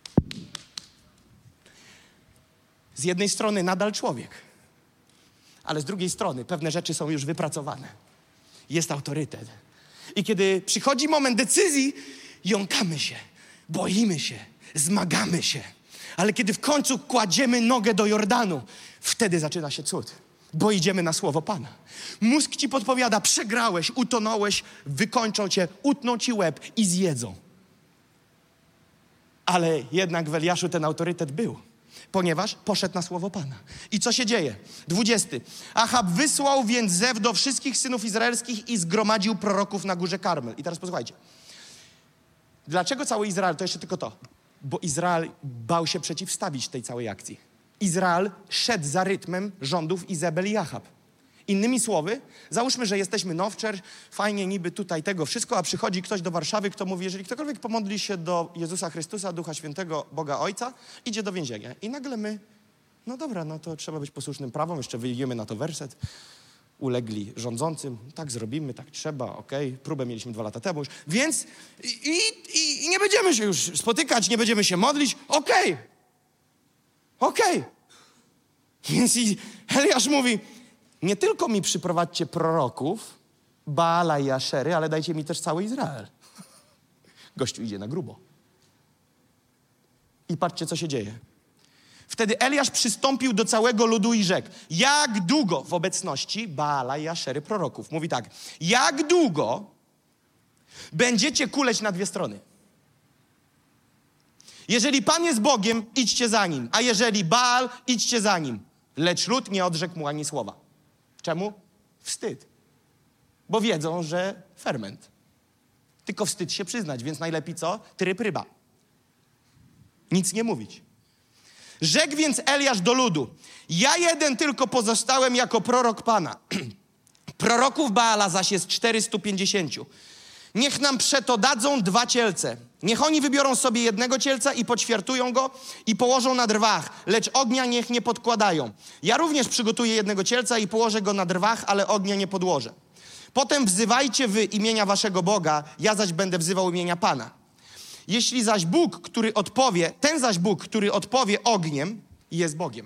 Z jednej strony nadal człowiek, ale z drugiej strony pewne rzeczy są już wypracowane. Jest autorytet. I kiedy przychodzi moment decyzji, jąkamy się, boimy się, zmagamy się. Ale kiedy w końcu kładziemy nogę do Jordanu, wtedy zaczyna się cud. Bo idziemy na słowo Pana. Mózg ci podpowiada, przegrałeś, utonąłeś, wykończą cię, utną ci łeb i zjedzą. Ale jednak w Eliaszu ten autorytet był, ponieważ poszedł na słowo Pana. I co się dzieje? 20. Achab wysłał więc zew do wszystkich synów izraelskich i zgromadził proroków na górze Karmel. I teraz posłuchajcie. Dlaczego cały Izrael? To jeszcze tylko to. Bo Izrael bał się przeciwstawić tej całej akcji. Izrael szedł za rytmem rządów Izebel i Achab. Innymi słowy, załóżmy, że jesteśmy Nowczer, fajnie niby tutaj tego wszystko, a przychodzi ktoś do Warszawy, kto mówi, jeżeli ktokolwiek pomodli się do Jezusa Chrystusa, Ducha Świętego, Boga Ojca, idzie do więzienia. I nagle my, no dobra, no to trzeba być posłusznym prawom, jeszcze wyjdziemy na to werset, ulegli rządzącym, tak zrobimy, tak trzeba, okej. Próbę mieliśmy 2 lata temu już, więc i nie będziemy się już spotykać, nie będziemy się modlić, okej. Więc Eliasz mówi, nie tylko mi przyprowadźcie proroków, Baala i Aszery, ale dajcie mi też cały Izrael. Gościu idzie na grubo. I patrzcie, co się dzieje. Wtedy Eliasz przystąpił do całego ludu i rzekł, jak długo w obecności Baala i Aszery proroków. Mówi tak, jak długo będziecie kuleć na 2 strony? Jeżeli Pan jest Bogiem, idźcie za Nim. A jeżeli Baal, idźcie za Nim. Lecz lud nie odrzekł mu ani słowa. Czemu? Wstyd. Bo wiedzą, że ferment. Tylko wstyd się przyznać, więc najlepiej co? Tryb ryba. Nic nie mówić. Rzekł więc Eliasz do ludu, ja jeden tylko pozostałem jako prorok Pana. Proroków Baala zaś jest 450. Niech nam przeto dadzą 2 cielce. Niech oni wybiorą sobie jednego cielca i poćwiartują go i położą na drwach, lecz ognia niech nie podkładają. Ja również przygotuję jednego cielca i położę go na drwach, ale ognia nie podłożę. Potem wzywajcie wy imienia waszego Boga, ja zaś będę wzywał imienia Pana. Jeśli zaś Bóg, który odpowie, ten zaś Bóg, który odpowie ogniem, jest Bogiem.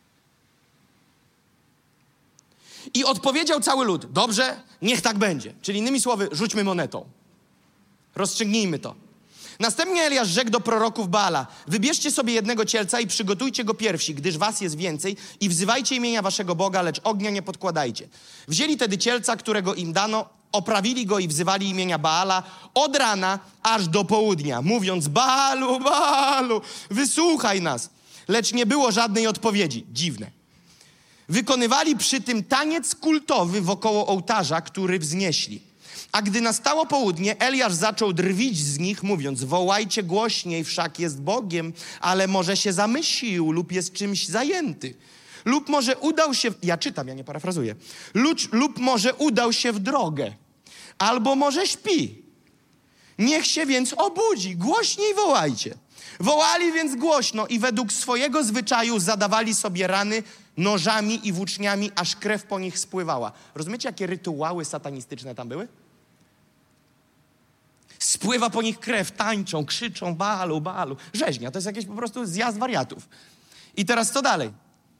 I odpowiedział cały lud, dobrze, niech tak będzie. Czyli innymi słowy, rzućmy monetą. Rozstrzygnijmy to. Następnie Eliasz rzekł do proroków Baala, wybierzcie sobie jednego cielca i przygotujcie go pierwsi, gdyż was jest więcej i wzywajcie imienia waszego Boga, lecz ognia nie podkładajcie. Wzięli tedy cielca, którego im dano, oprawili go i wzywali imienia Baala od rana aż do południa, mówiąc Baalu, Baalu, wysłuchaj nas. Lecz nie było żadnej odpowiedzi. Dziwne. Wykonywali przy tym taniec kultowy wokoło ołtarza, który wznieśli. A gdy nastało południe, Eliasz zaczął drwić z nich, mówiąc, wołajcie głośniej, wszak jest Bogiem, ale może się zamyślił lub jest czymś zajęty. Lub może udał się, ja czytam, ja nie parafrazuję, lub może udał się w drogę, albo może śpi. Niech się więc obudzi, głośniej wołajcie. Wołali więc głośno i według swojego zwyczaju zadawali sobie rany nożami i włóczniami, aż krew po nich spływała. Rozumiecie, jakie rytuały satanistyczne tam były? Spływa po nich krew, tańczą, krzyczą, Baalu, Baalu. Rzeźnia, to jest jakiś po prostu zjazd wariatów. I teraz co dalej?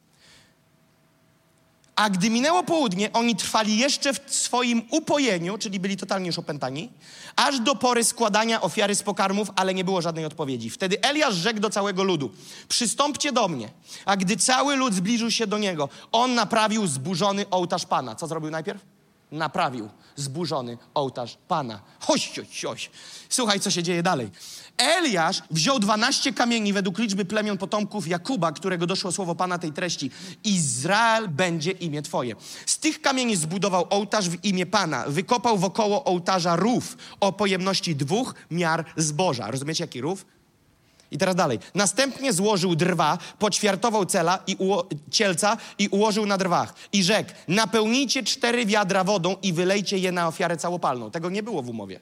A gdy minęło południe, oni trwali jeszcze w swoim upojeniu, czyli byli totalnie już opętani, aż do pory składania ofiary z pokarmów, ale nie było żadnej odpowiedzi. Wtedy Eliasz rzekł do całego ludu: przystąpcie do mnie. A gdy cały lud zbliżył się do niego, on naprawił zburzony ołtarz Pana. Co zrobił najpierw? Naprawił zburzony ołtarz Pana. Hoś. Słuchaj, co się dzieje dalej. Eliasz wziął 12 kamieni według liczby plemion potomków Jakuba, którego doszło słowo Pana tej treści. Izrael będzie imię Twoje. Z tych kamieni zbudował ołtarz w imię Pana. Wykopał wokoło ołtarza rów o pojemności 2 miar zboża. Rozumiecie, jaki rów? I teraz dalej. Następnie złożył drwa, poćwiartował cielca i ułożył na drwach. I rzekł: napełnijcie 4 wiadra wodą i wylejcie je na ofiarę całopalną. Tego nie było w umowie.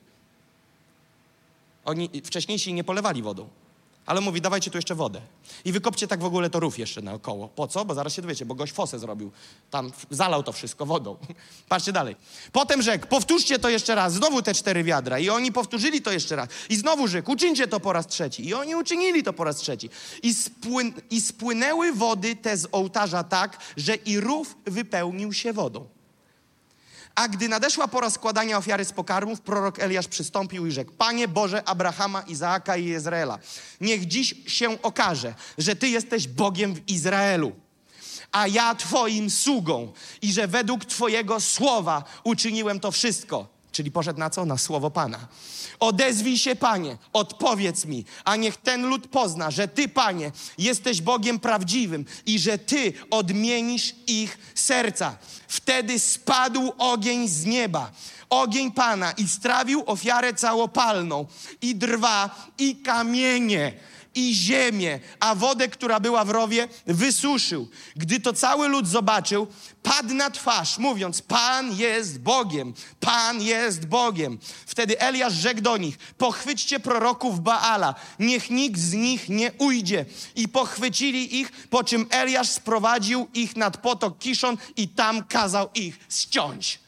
Oni wcześniejsi nie polewali wodą. Ale mówi: dawajcie tu jeszcze wodę. I wykopcie tak w ogóle to rów jeszcze naokoło. Po co? Bo zaraz się dowiecie, bo gość fosę zrobił. Tam zalał to wszystko wodą. Patrzcie dalej. Potem rzekł: powtórzcie to jeszcze raz. Znowu te 4 wiadra. I oni powtórzyli to jeszcze raz. I znowu rzekł: uczyńcie to po raz trzeci. I oni uczynili to po raz trzeci. I spłynęły wody te z ołtarza tak, że i rów wypełnił się wodą. A gdy nadeszła pora składania ofiary z pokarmów, prorok Eliasz przystąpił i rzekł: Panie Boże Abrahama, Izaaka i Izraela, niech dziś się okaże, że Ty jesteś Bogiem w Izraelu, a ja Twoim sługą i że według Twojego słowa uczyniłem to wszystko. Czyli poszedł na co? Na słowo Pana. Odezwij się, Panie, odpowiedz mi, a niech ten lud pozna, że Ty, Panie, jesteś Bogiem prawdziwym i że Ty odmienisz ich serca. Wtedy spadł ogień z nieba, ogień Pana, i strawił ofiarę całopalną, i drwa, i kamienie, i ziemię, a wodę, która była w rowie, wysuszył. Gdy to cały lud zobaczył, padł na twarz, mówiąc: Pan jest Bogiem, Pan jest Bogiem. Wtedy Eliasz rzekł do nich: pochwyćcie proroków Baala, niech nikt z nich nie ujdzie. I pochwycili ich, po czym Eliasz sprowadził ich nad potok Kiszon i tam kazał ich ściąć.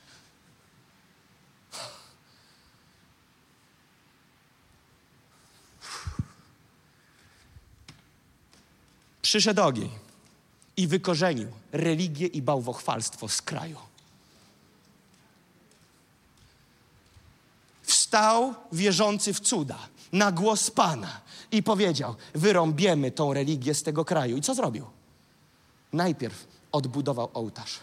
Przyszedł ogień i wykorzenił religię i bałwochwalstwo z kraju. Wstał wierzący w cuda na głos Pana i powiedział: wyrąbiemy tą religię z tego kraju. I co zrobił? Najpierw odbudował ołtarz.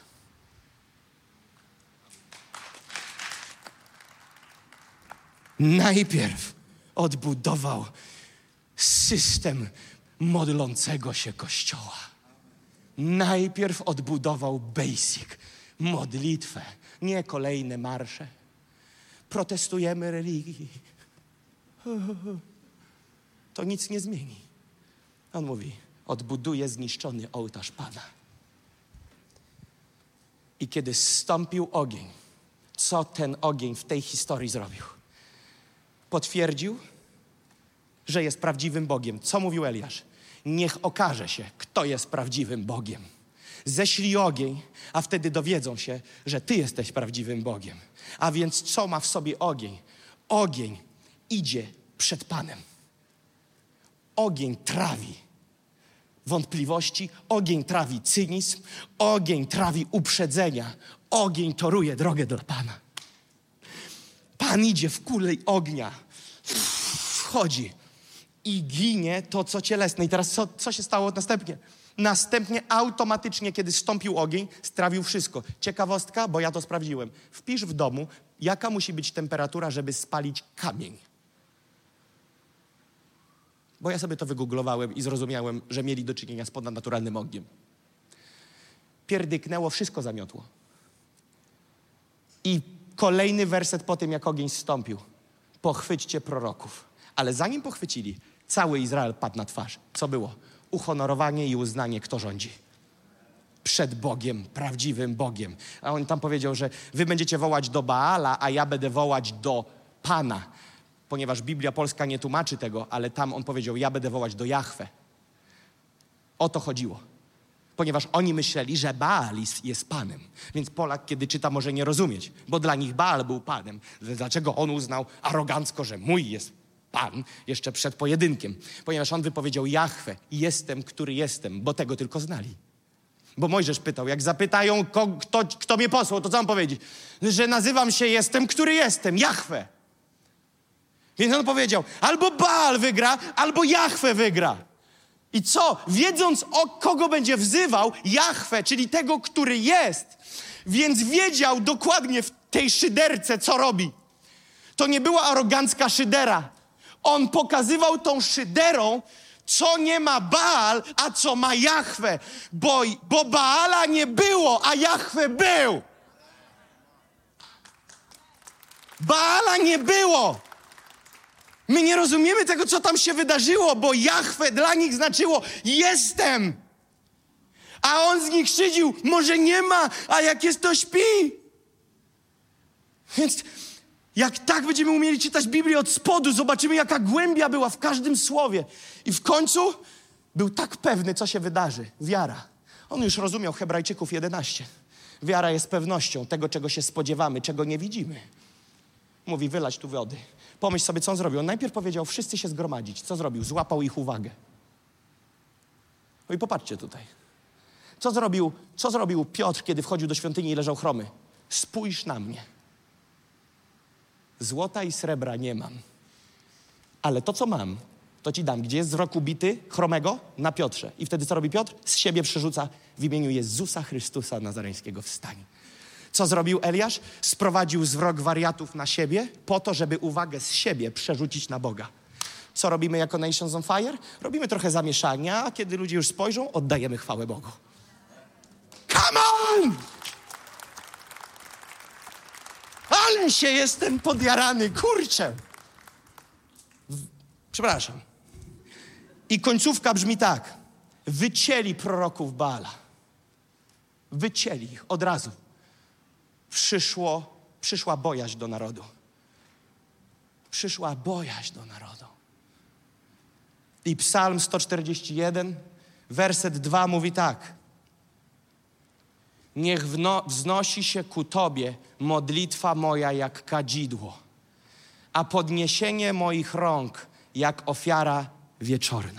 Najpierw odbudował system modlącego się Kościoła. Najpierw odbudował basic, modlitwę, nie kolejne marsze. Protestujemy religii. To nic nie zmieni. On mówi: odbuduję zniszczony ołtarz Pana. I kiedy zstąpił ogień, co ten ogień w tej historii zrobił? Potwierdził, że jest prawdziwym Bogiem. Co mówił Eliasz? Niech okaże się, kto jest prawdziwym Bogiem. Ześlij ogień, a wtedy dowiedzą się, że Ty jesteś prawdziwym Bogiem. A więc co ma w sobie ogień? Ogień idzie przed Panem. Ogień trawi wątpliwości, ogień trawi cynizm, ogień trawi uprzedzenia, ogień toruje drogę do Pana. Pan idzie w kuli ognia, wchodzi i ginie to, co cielesne. I teraz co się stało następnie? Następnie automatycznie, kiedy zstąpił ogień, strawił wszystko. Ciekawostka, bo ja to sprawdziłem. Wpisz w domu, jaka musi być temperatura, żeby spalić kamień. Bo ja sobie to wygooglowałem i zrozumiałem, że mieli do czynienia z ponadnaturalnym ogniem. Pierdyknęło, wszystko zamiotło. I kolejny werset po tym, jak ogień zstąpił. Pochwyćcie proroków. Ale zanim pochwycili, cały Izrael padł na twarz. Co było? Uhonorowanie i uznanie, kto rządzi. Przed Bogiem, prawdziwym Bogiem. A on tam powiedział, że wy będziecie wołać do Baala, a ja będę wołać do Pana. ponieważ Biblia polska nie tłumaczy tego, ale tam on powiedział, ja będę wołać do Jahwe. O to chodziło. Ponieważ oni myśleli, że Baal jest Panem. Więc Polak, kiedy czyta, może nie rozumieć, bo dla nich Baal był Panem. Dlaczego on uznał arogancko, że mój jest Pan jeszcze przed pojedynkiem? Ponieważ on wypowiedział Jahwe, jestem, który jestem, bo tego tylko znali. Bo Mojżesz pytał, jak zapytają, kto mnie posłał, to co mam powiedzieć? Że nazywam się jestem, który jestem, Jahwe. Więc on powiedział, albo Baal wygra, albo Jahwe wygra. I co? Wiedząc, o kogo będzie wzywał, Jahwe, czyli tego, który jest, więc wiedział dokładnie w tej szyderce, co robi. To nie była arogancka szydera. On pokazywał tą szyderą, co nie ma Baal, a co ma Jahwe. Bo Baala nie było, a Jahwe był. Baala nie było. My nie rozumiemy tego, co tam się wydarzyło, bo Jahwe dla nich znaczyło jestem. A on z nich szydził, może nie ma, a jak jest, to śpi. Więc jak tak będziemy umieli czytać Biblię od spodu, zobaczymy, jaka głębia była w każdym słowie. I w końcu był tak pewny, co się wydarzy. Wiara. On już rozumiał Hebrajczyków 11. Wiara jest pewnością tego, czego się spodziewamy, czego nie widzimy. Mówi, wylać tu wody. Pomyśl sobie, co on zrobił. On najpierw powiedział, wszyscy się zgromadzić. Co zrobił? Złapał ich uwagę. No i popatrzcie tutaj. Co zrobił Piotr, kiedy wchodził do świątyni i leżał chromy? Spójrz na mnie. Złota i srebra nie mam. Ale to, co mam, to ci dam. Gdzie jest wzrok ubity chromego? Na Piotrze. I wtedy co robi Piotr? Z siebie przerzuca w imieniu Jezusa Chrystusa Nazareńskiego wstań. Co zrobił Eliasz? Sprowadził zwrok wariatów na siebie po to, żeby uwagę z siebie przerzucić na Boga. Co robimy jako Nations on Fire? Robimy trochę zamieszania, a kiedy ludzie już spojrzą, oddajemy chwałę Bogu. Come on! Ale się jestem podjarany, kurczę. Przepraszam. I końcówka brzmi tak. Wycięli proroków Baala. Wycięli ich od razu. Przyszła bojaźń do narodu. Przyszła bojaźń do narodu. I Psalm 141, werset 2 mówi tak. Niech wznosi się ku Tobie modlitwa moja jak kadzidło, a podniesienie moich rąk jak ofiara wieczorna.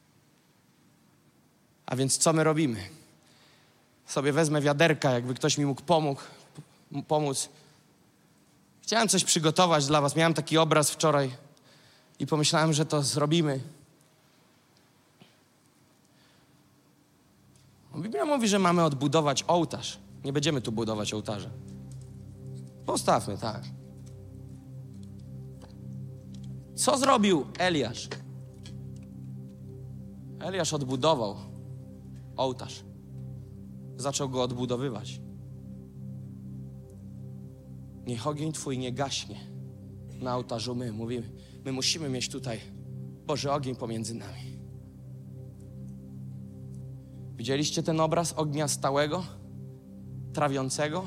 A więc co my robimy? Sobie wezmę wiaderka, jakby ktoś mi mógł pomóc. Chciałem coś przygotować dla was. Miałem taki obraz wczoraj i pomyślałem, że to zrobimy. Biblia mówi, że mamy odbudować ołtarz. Nie będziemy tu budować ołtarza. Postawmy, tak. Co zrobił Eliasz? Eliasz odbudował ołtarz. Zaczął go odbudowywać. Niech ogień Twój nie gaśnie na ołtarzu my. Mówimy, my musimy mieć tutaj Boży ogień pomiędzy nami. Widzieliście ten obraz ognia stałego, trawiącego?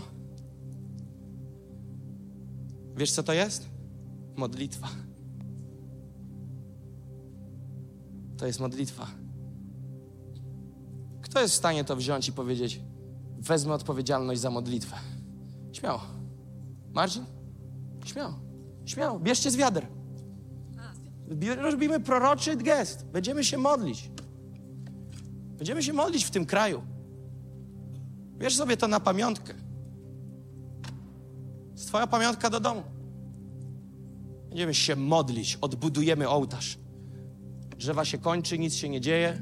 Wiesz, co to jest? Modlitwa. To jest modlitwa. Kto jest w stanie to wziąć i powiedzieć, wezmę odpowiedzialność za modlitwę? Śmiało. Marcin? Śmiało. Bierzcie z wiader. Robimy proroczy gest. Będziemy się modlić. Będziemy się modlić w tym kraju. Bierz sobie to na pamiątkę. Jest twoja pamiątka do domu. Będziemy się modlić. Odbudujemy ołtarz. Drzewa się kończy, nic się nie dzieje.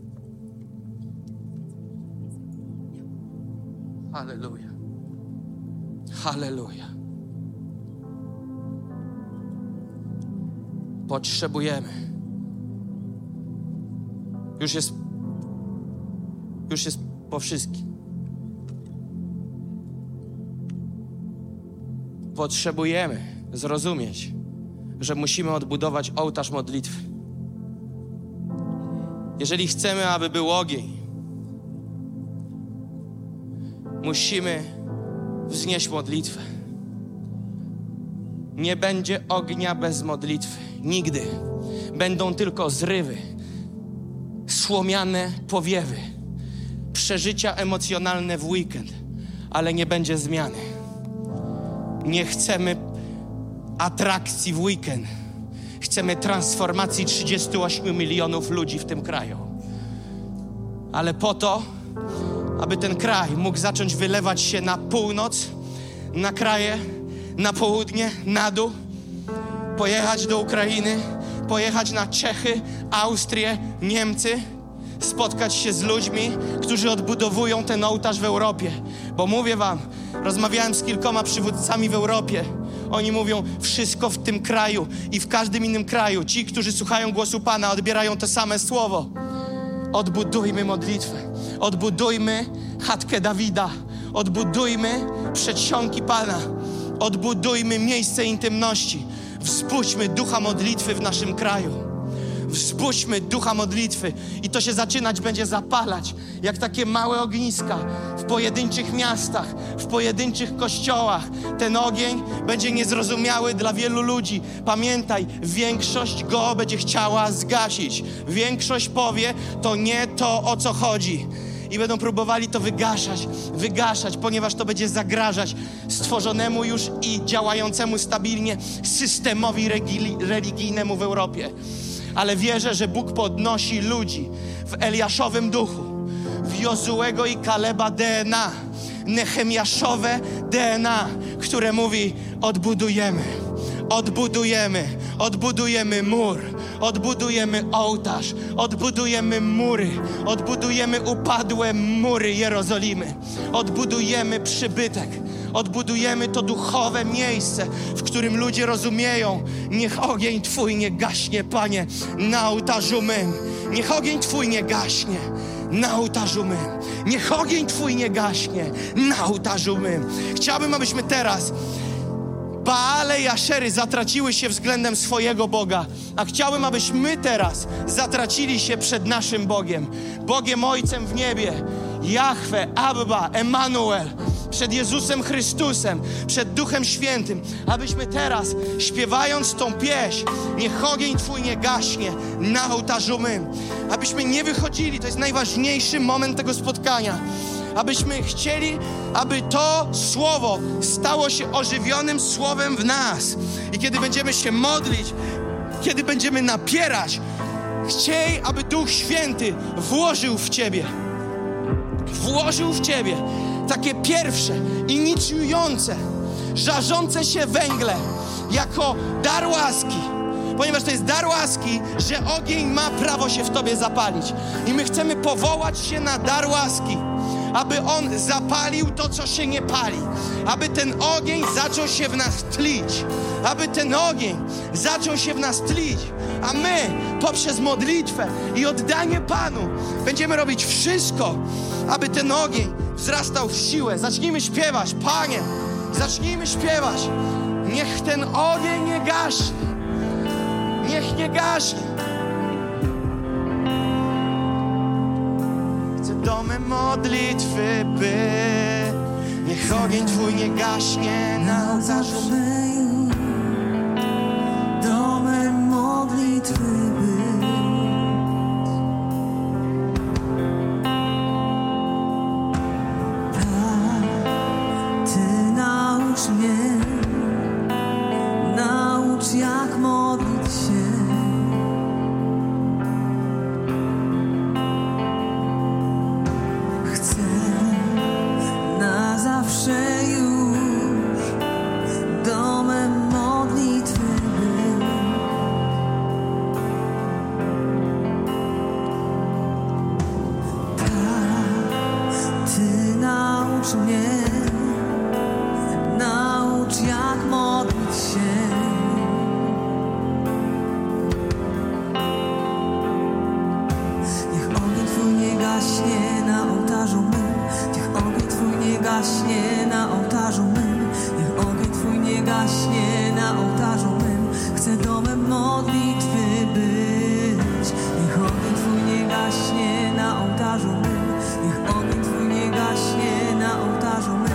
Halleluja. Halleluja. Potrzebujemy. Już jest po wszystkim. Potrzebujemy zrozumieć, że musimy odbudować ołtarz modlitwy. Jeżeli chcemy, aby był ogień, musimy wznieść modlitwę. Nie będzie ognia bez modlitwy. Nigdy. Będą tylko zrywy, słomiane powiewy, przeżycia emocjonalne w weekend, ale nie będzie zmiany. Nie chcemy atrakcji w weekend. Chcemy transformacji 38 milionów ludzi w tym kraju. Ale po to, aby ten kraj mógł zacząć wylewać się na północ, na kraje, na południe, na dół, pojechać do Ukrainy, pojechać na Czechy, Austrię, Niemcy, spotkać się z ludźmi, którzy odbudowują ten ołtarz w Europie. Bo mówię wam, rozmawiałem z kilkoma przywódcami w Europie. Oni mówią, wszystko w tym kraju i w każdym innym kraju, ci, którzy słuchają głosu Pana, odbierają to same słowo. Odbudujmy modlitwę. Odbudujmy chatkę Dawida. Odbudujmy przedsionki Pana. Odbudujmy miejsce intymności. Wzbudźmy ducha modlitwy w naszym kraju. Wzbudźmy ducha modlitwy i to się zaczynać będzie zapalać jak takie małe ogniska w pojedynczych miastach, w pojedynczych kościołach. Ten ogień będzie niezrozumiały dla wielu ludzi. Pamiętaj, większość go będzie chciała zgasić. Większość powie, to nie to, o co chodzi. I będą próbowali to wygaszać, ponieważ to będzie zagrażać stworzonemu już i działającemu stabilnie systemowi religijnemu w Europie. Ale wierzę, że Bóg podnosi ludzi w Eliaszowym duchu, w Jozuego i Kaleba DNA, Nehemiaszowe DNA, które mówi: odbudujemy mur, odbudujemy ołtarz, odbudujemy mury, odbudujemy upadłe mury Jerozolimy, odbudujemy przybytek, odbudujemy to duchowe miejsce, w którym ludzie rozumieją: niech ogień Twój nie gaśnie, Panie, na ołtarzu mym. Niech ogień Twój nie gaśnie na ołtarzu mym. Niech ogień Twój nie gaśnie na ołtarzu mym. Chciałbym, abyśmy teraz Baale i Aszery zatraciły się względem swojego Boga, a chciałbym, abyśmy teraz zatracili się przed naszym Bogiem, Bogiem Ojcem w niebie, Jahwe, Abba, Emanuel, przed Jezusem Chrystusem, przed Duchem Świętym, abyśmy teraz, śpiewając tą pieśń, niech ogień Twój nie gaśnie na ołtarzu mym, abyśmy nie wychodzili, to jest najważniejszy moment tego spotkania, abyśmy chcieli, aby to słowo stało się ożywionym słowem w nas. I kiedy będziemy się modlić, kiedy będziemy napierać, chciej, aby Duch Święty włożył w Ciebie takie pierwsze, inicjujące, żarzące się węgle jako dar łaski. Ponieważ to jest dar łaski, że ogień ma prawo się w Tobie zapalić. I my chcemy powołać się na dar łaski, aby on zapalił to, co się nie pali. Aby ten ogień zaczął się w nas tlić. A my poprzez modlitwę i oddanie Panu będziemy robić wszystko, aby ten ogień wzrastał w siłę. Zacznijmy śpiewać, Panie, zacznijmy śpiewać. Niech ten ogień nie gaśnie. Niech nie gaśnie. Chcę domem modlitwy być. Niech ogień Twój nie gaśnie na ołtarzu. Domem modlitwy być. Tak, Ty naucz mnie, naucz jak modlić się. Chcę na zawsze już domem modlitwy być. Tak, Ty naucz mnie, naucz jak modlić się. Niech ogień Twój nie gaśnie na ołtarzu mym. Niech ogień Twój nie gaśnie na ołtarzu mym. Niech ogień Twój nie gaśnie na ołtarzu mym. Chcę domem modlitwy być. Niech ogień Twój nie gaśnie na ołtarzu mym. Niech ogień Twój nie gaśnie na ołtarzu mym.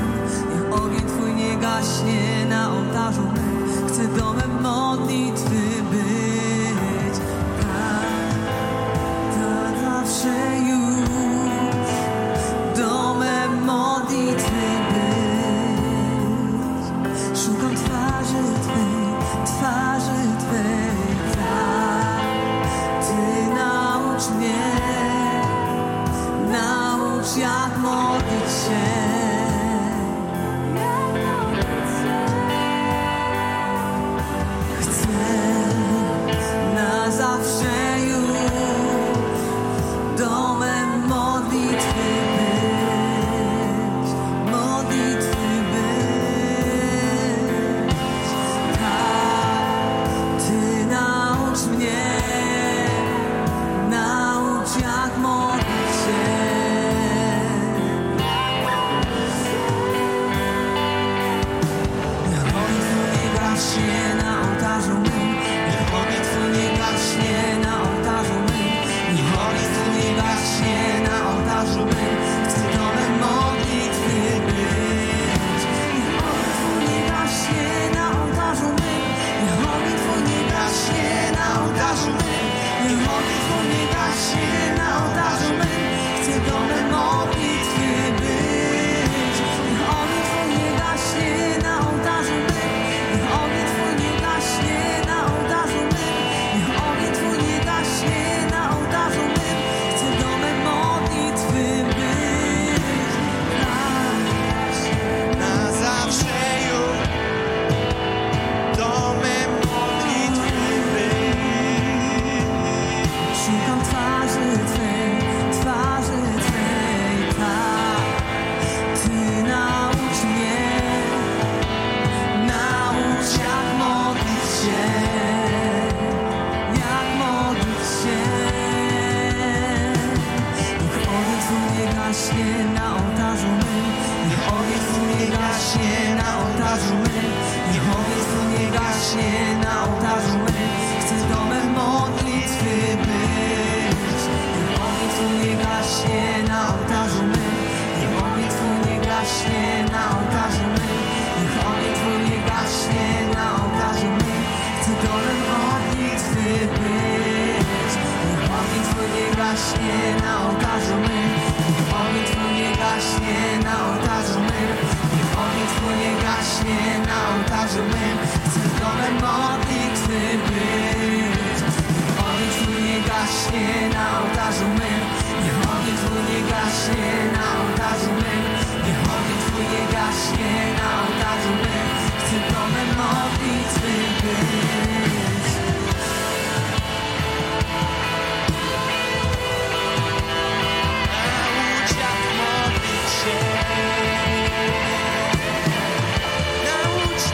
jak modlić się. Na zawsze już domem modlitwy być, modlitwy być. Tak, Ty naucz mnie, naucz jak modlić się. Niech ogień Twój nie gaśnie na ołtarzu mym. Niech ogień Twój nie gaśnie na ołtarzu mym. Niech ogień Twój nie gaśnie na ołtarzu mym. Chcę domem modlitwy być. Niech ogień Twój nie gaśnie na ołtarzu mym. Niech ogień Twój nie gaśnie na ołtarzu mym. Niech ogień Twój nie gaśnie na ołtarzu mym. Chcę domem modlitwy być. Niech ogień Twój nie gaśnie na ołtarzu mym. Niech ogień Twój nie gaśnie na ołtarzu mym. Niech ogień Twój nie gaśnie na ołtarzu mym. Chcę domem modlitwy być. Na zawsze już domem modlitwy być. Szukam twarzy Twej, tak. Ty naucz mnie, naucz jak modlić się, jak modlić się. Niech ogień Twój nie gaśnie na ołtarzu mym. Niech ogień Twój nie gaśnie na ołtarzu mym. Niech ogień Twój nie gaśnie na ołtarzu mym. Chcę domem modlitwy być. Niech ogień Twój nie gaśnie na ołtarzu mym. Niech ogień Twój nie gaśnie na ołtarzu mym. Niech ogień Twój nie gaśnie na ołtarzu mym. Chcę domem modlitwy być. Niech ogień Twój nie gaśnie na ołtarzu mym. Niech ogień Twój nie gaśnie na ołtarzu mym. Niech ogień Twój nie gaśnie na ołtarzu mym. Chcę domem modlitwy być. Niech ogień Twój nie gaśnie na ołtarzu mym. Niech ogień Twój nie gaśnie na ołtarzu mym. Niech ogień Twój nie gaśnie na ołtarzu mym. Chcę domem modlitwy być. Naucz jak modlić się. Naucz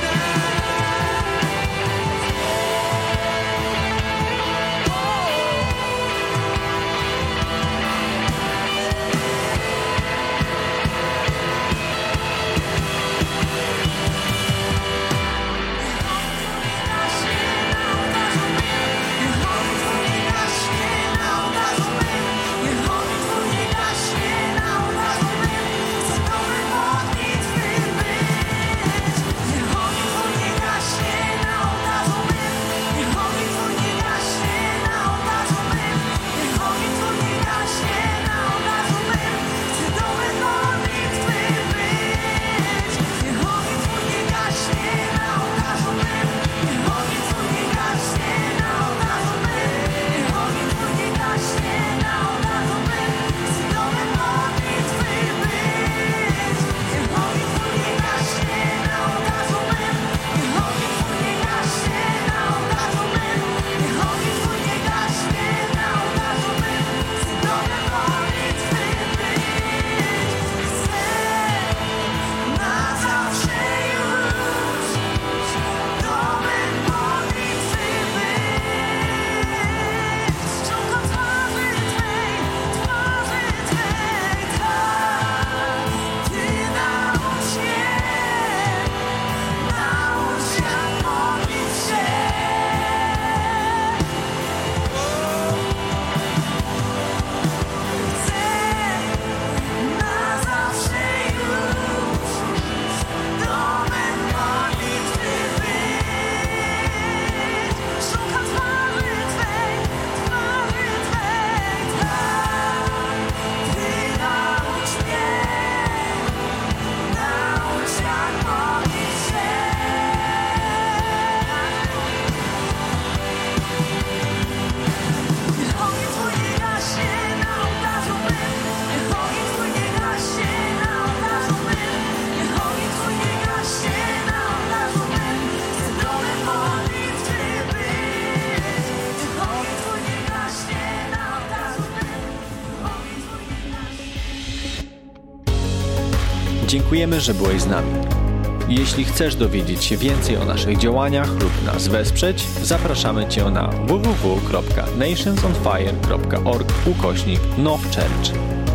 nas. Dziękujemy, że byłeś z nami. Jeśli chcesz dowiedzieć się więcej o naszych działaniach lub nas wesprzeć, zapraszamy Cię na www.nationsonfire.org/nowchurch.